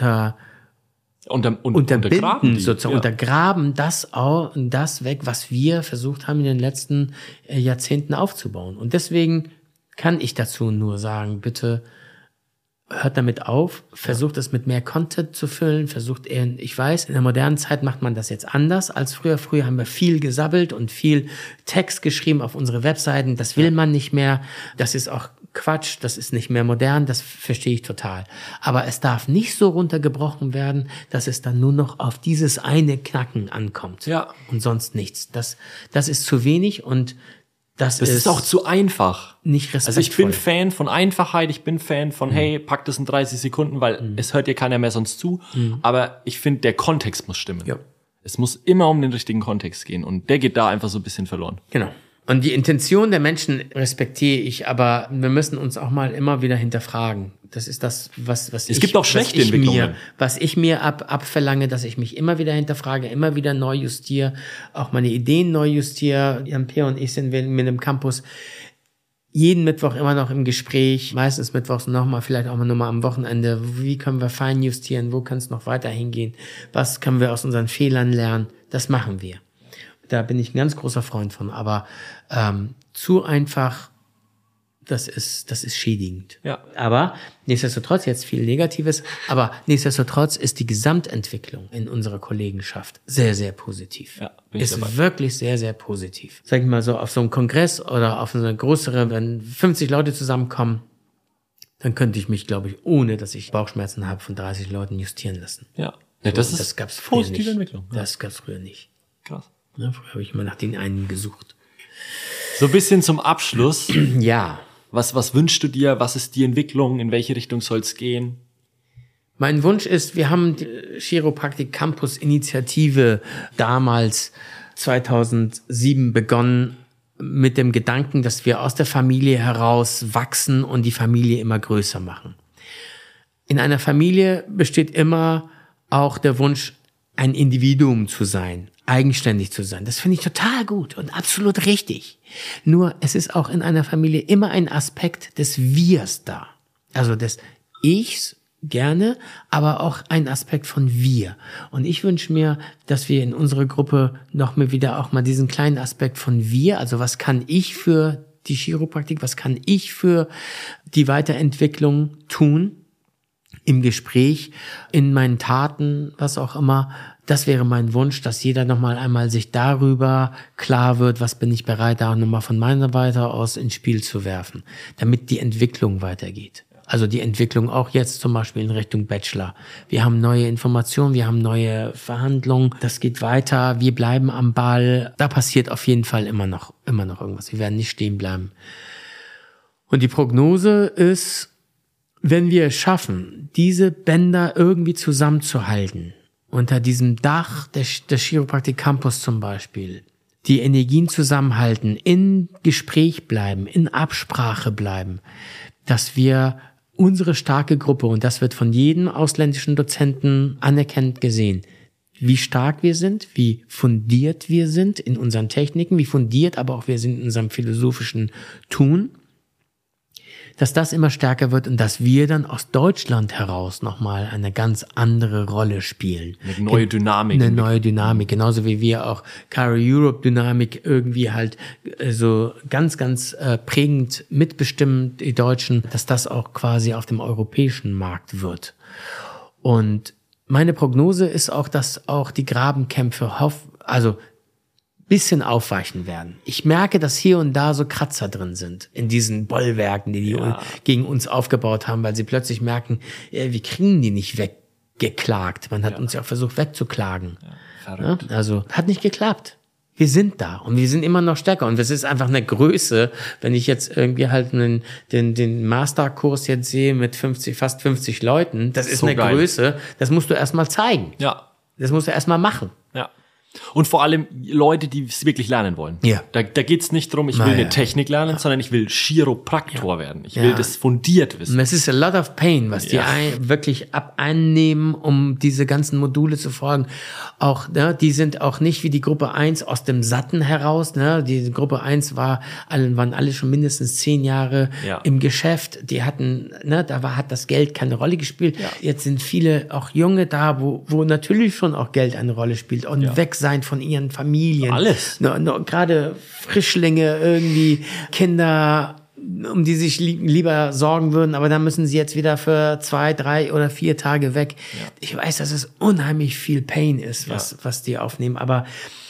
untergraben die. sozusagen, untergraben das weg, was wir versucht haben in den letzten Jahrzehnten aufzubauen. Und deswegen kann ich dazu nur sagen, bitte hört damit auf, versucht es mit mehr Content zu füllen, ich weiß, in der modernen Zeit macht man das jetzt anders als früher. Früher haben wir viel gesabbelt und viel Text geschrieben auf unsere Webseiten. Das will man nicht mehr. Das ist auch Quatsch, das ist nicht mehr modern, das verstehe ich total. Aber es darf nicht so runtergebrochen werden, dass es dann nur noch auf dieses eine Knacken ankommt. Ja. Und sonst nichts. Das ist zu wenig und das ist auch zu einfach. nicht respektvoll. Also ich bin Fan von Einfachheit, ich bin Fan von, hey, pack das in 30 Sekunden, weil es hört dir keiner mehr sonst zu. Aber ich finde, der Kontext muss stimmen. Ja. Es muss immer um den richtigen Kontext gehen und der geht da einfach so ein bisschen verloren. Genau. Und die Intention der Menschen respektiere ich, aber wir müssen uns auch mal immer wieder hinterfragen. Das ist das, was gibt auch schlechte Entwicklungen. Was ich mir abverlange, dass ich mich immer wieder hinterfrage, immer wieder neu justiere, auch meine Ideen neu justiere. Jan Peer und ich sind mit dem Campus jeden Mittwoch immer noch im Gespräch, meistens mittwochs nochmal, vielleicht auch mal nur mal am Wochenende. Wie können wir fein justieren? Wo kann es noch weiter hingehen? Was können wir aus unseren Fehlern lernen? Das machen wir. Da bin ich ein ganz großer Freund von. Aber zu einfach, das ist schädigend. Ja. Aber nichtsdestotrotz, jetzt viel Negatives, aber nichtsdestotrotz ist die Gesamtentwicklung in unserer Kollegenschaft sehr, sehr positiv. Ja, bin ich ist dabei. wirklich sehr, sehr positiv. Sag ich mal so, auf so einem Kongress oder auf eine größere, wenn 50 Leute zusammenkommen, dann könnte ich mich, glaube ich, ohne dass ich Bauchschmerzen habe, von 30 Leuten justieren lassen. Ja. Ja, das gab's ist früher positive nicht. Entwicklung. Ja. Das gab's früher nicht. Krass. Ja, früher habe ich immer nach den einen gesucht. So ein bisschen zum Abschluss. Ja. Was wünschst du dir? Was ist die Entwicklung? In welche Richtung soll es gehen? Mein Wunsch ist, wir haben die Chiropraktik Campus Initiative damals 2007 begonnen mit dem Gedanken, dass wir aus der Familie heraus wachsen und die Familie immer größer machen. In einer Familie besteht immer auch der Wunsch, ein Individuum zu sein, eigenständig zu sein. Das finde ich total gut und absolut richtig. Nur es ist auch in einer Familie immer ein Aspekt des Wirs da. Also des Ichs gerne, aber auch ein Aspekt von wir. Und ich wünsche mir, dass wir in unserer Gruppe noch mal wieder auch mal diesen kleinen Aspekt von wir, also was kann ich für die Chiropraktik, was kann ich für die Weiterentwicklung tun, im Gespräch, in meinen Taten, was auch immer. Das wäre mein Wunsch, dass jeder nochmal einmal sich darüber klar wird, was bin ich bereit, da nochmal von meiner Seite aus ins Spiel zu werfen, damit die Entwicklung weitergeht. Also die Entwicklung auch jetzt zum Beispiel in Richtung Bachelor. Wir haben neue Informationen, wir haben neue Verhandlungen, das geht weiter, wir bleiben am Ball. Da passiert auf jeden Fall immer noch irgendwas. Wir werden nicht stehen bleiben. Und die Prognose ist, wenn wir es schaffen, diese Bänder irgendwie zusammenzuhalten, unter diesem Dach des Chiropraktik Campus zum Beispiel, die Energien zusammenhalten, in Gespräch bleiben, in Absprache bleiben, dass wir unsere starke Gruppe, und das wird von jedem ausländischen Dozenten anerkannt gesehen, wie stark wir sind, wie fundiert wir sind in unseren Techniken, wie fundiert aber auch wir sind in unserem philosophischen Tun, dass das immer stärker wird und dass wir dann aus Deutschland heraus nochmal eine ganz andere Rolle spielen. Eine neue Dynamik. Eine neue Dynamik, genauso wie wir auch Chiro Europe Dynamik irgendwie halt so ganz, ganz prägend mitbestimmen, die Deutschen, dass das auch quasi auf dem europäischen Markt wird. Und meine Prognose ist auch, dass auch die Grabenkämpfe bisschen aufweichen werden. Ich merke, dass hier und da so Kratzer drin sind in diesen Bollwerken, die gegen uns aufgebaut haben, weil sie plötzlich merken, wir kriegen die nicht weggeklagt. Man hat uns ja auch versucht wegzuklagen. Ja, verrückt. Also hat nicht geklappt. Wir sind da und wir sind immer noch stärker und es ist einfach eine Größe, wenn ich jetzt irgendwie halt den Masterkurs jetzt sehe mit fast 50 Leuten, das ist so eine geil. Größe, das musst du erstmal zeigen. Ja. Das musst du erstmal machen. Ja. Und vor allem Leute, die es wirklich lernen wollen. Ja. Da geht's nicht drum, ich will eine Technik lernen, sondern ich will Chiropraktor werden. Ich will das fundiert wissen. Es ist a lot of pain, was die wirklich einnehmen, um diese ganzen Module zu folgen. Auch, die sind auch nicht wie die Gruppe 1 aus dem Satten heraus. Die Gruppe 1 waren alle schon mindestens 10 Jahre im Geschäft. Die hatten, hat das Geld keine Rolle gespielt. Ja. Jetzt sind viele auch Junge da, wo natürlich schon auch Geld eine Rolle spielt und weg sein von ihren Familien. Alles. Gerade Frischlinge, irgendwie Kinder, um die sich lieber sorgen würden, aber dann müssen sie jetzt wieder für 2, 3 oder 4 Tage weg. Ja. Ich weiß, dass es unheimlich viel Pain ist, was die aufnehmen, aber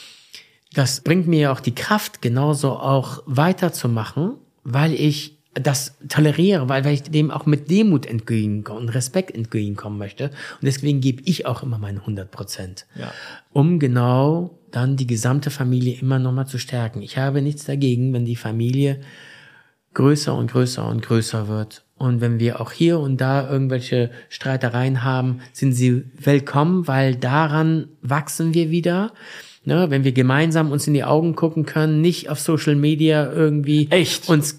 das bringt mir auch die Kraft, genauso auch weiterzumachen, weil ich das toleriere, weil ich dem auch mit Demut entgegenkommen und Respekt entgegenkommen möchte. Und deswegen gebe ich auch immer meine 100%. Ja. Um genau dann die gesamte Familie immer nochmal zu stärken. Ich habe nichts dagegen, wenn die Familie größer und größer und größer wird. Und wenn wir auch hier und da irgendwelche Streitereien haben, sind sie willkommen, weil daran wachsen wir wieder. Wenn wir gemeinsam uns in die Augen gucken können, nicht auf Social Media irgendwie uns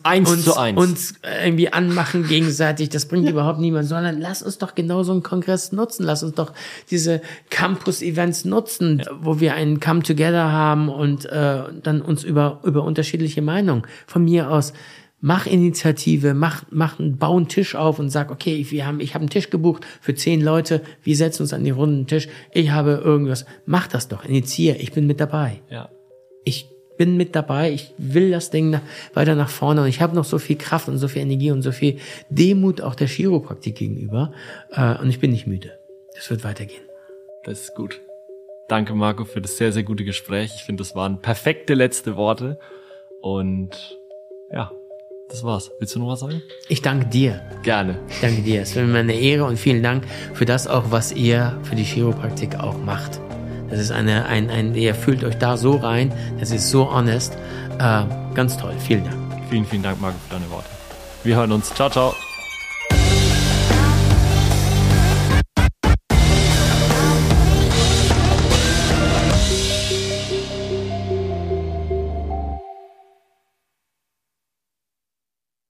irgendwie anmachen gegenseitig, das bringt überhaupt niemand, sondern lass uns doch genau so einen Kongress nutzen, lass uns doch diese Campus-Events nutzen, wo wir einen Come-Together haben und dann uns über unterschiedliche Meinungen, von mir aus, mach Initiative, bau einen Tisch auf und sag, okay, ich habe einen Tisch gebucht für 10 Leute, wir setzen uns an den runden Tisch, ich habe irgendwas, mach das doch, initiier, ich bin mit dabei. Ja. ich bin mit dabei, ich will das Ding weiter nach vorne und ich habe noch so viel Kraft und so viel Energie und so viel Demut auch der Chiropraktik gegenüber und ich bin nicht müde. Das wird weitergehen. Das ist gut. Danke, Marco, für das sehr, sehr gute Gespräch. Ich finde, das waren perfekte letzte Worte und ja, das war's. Willst du noch was sagen? Ich danke dir. Gerne. Ich danke dir. Es ist mir eine Ehre und vielen Dank für das auch, was ihr für die Chiropraktik auch macht. Das ist ihr fühlt euch da so rein, das ist so honest. Ganz toll. Vielen Dank. Vielen, vielen Dank, Marco, für deine Worte. Wir hören uns. Ciao, ciao.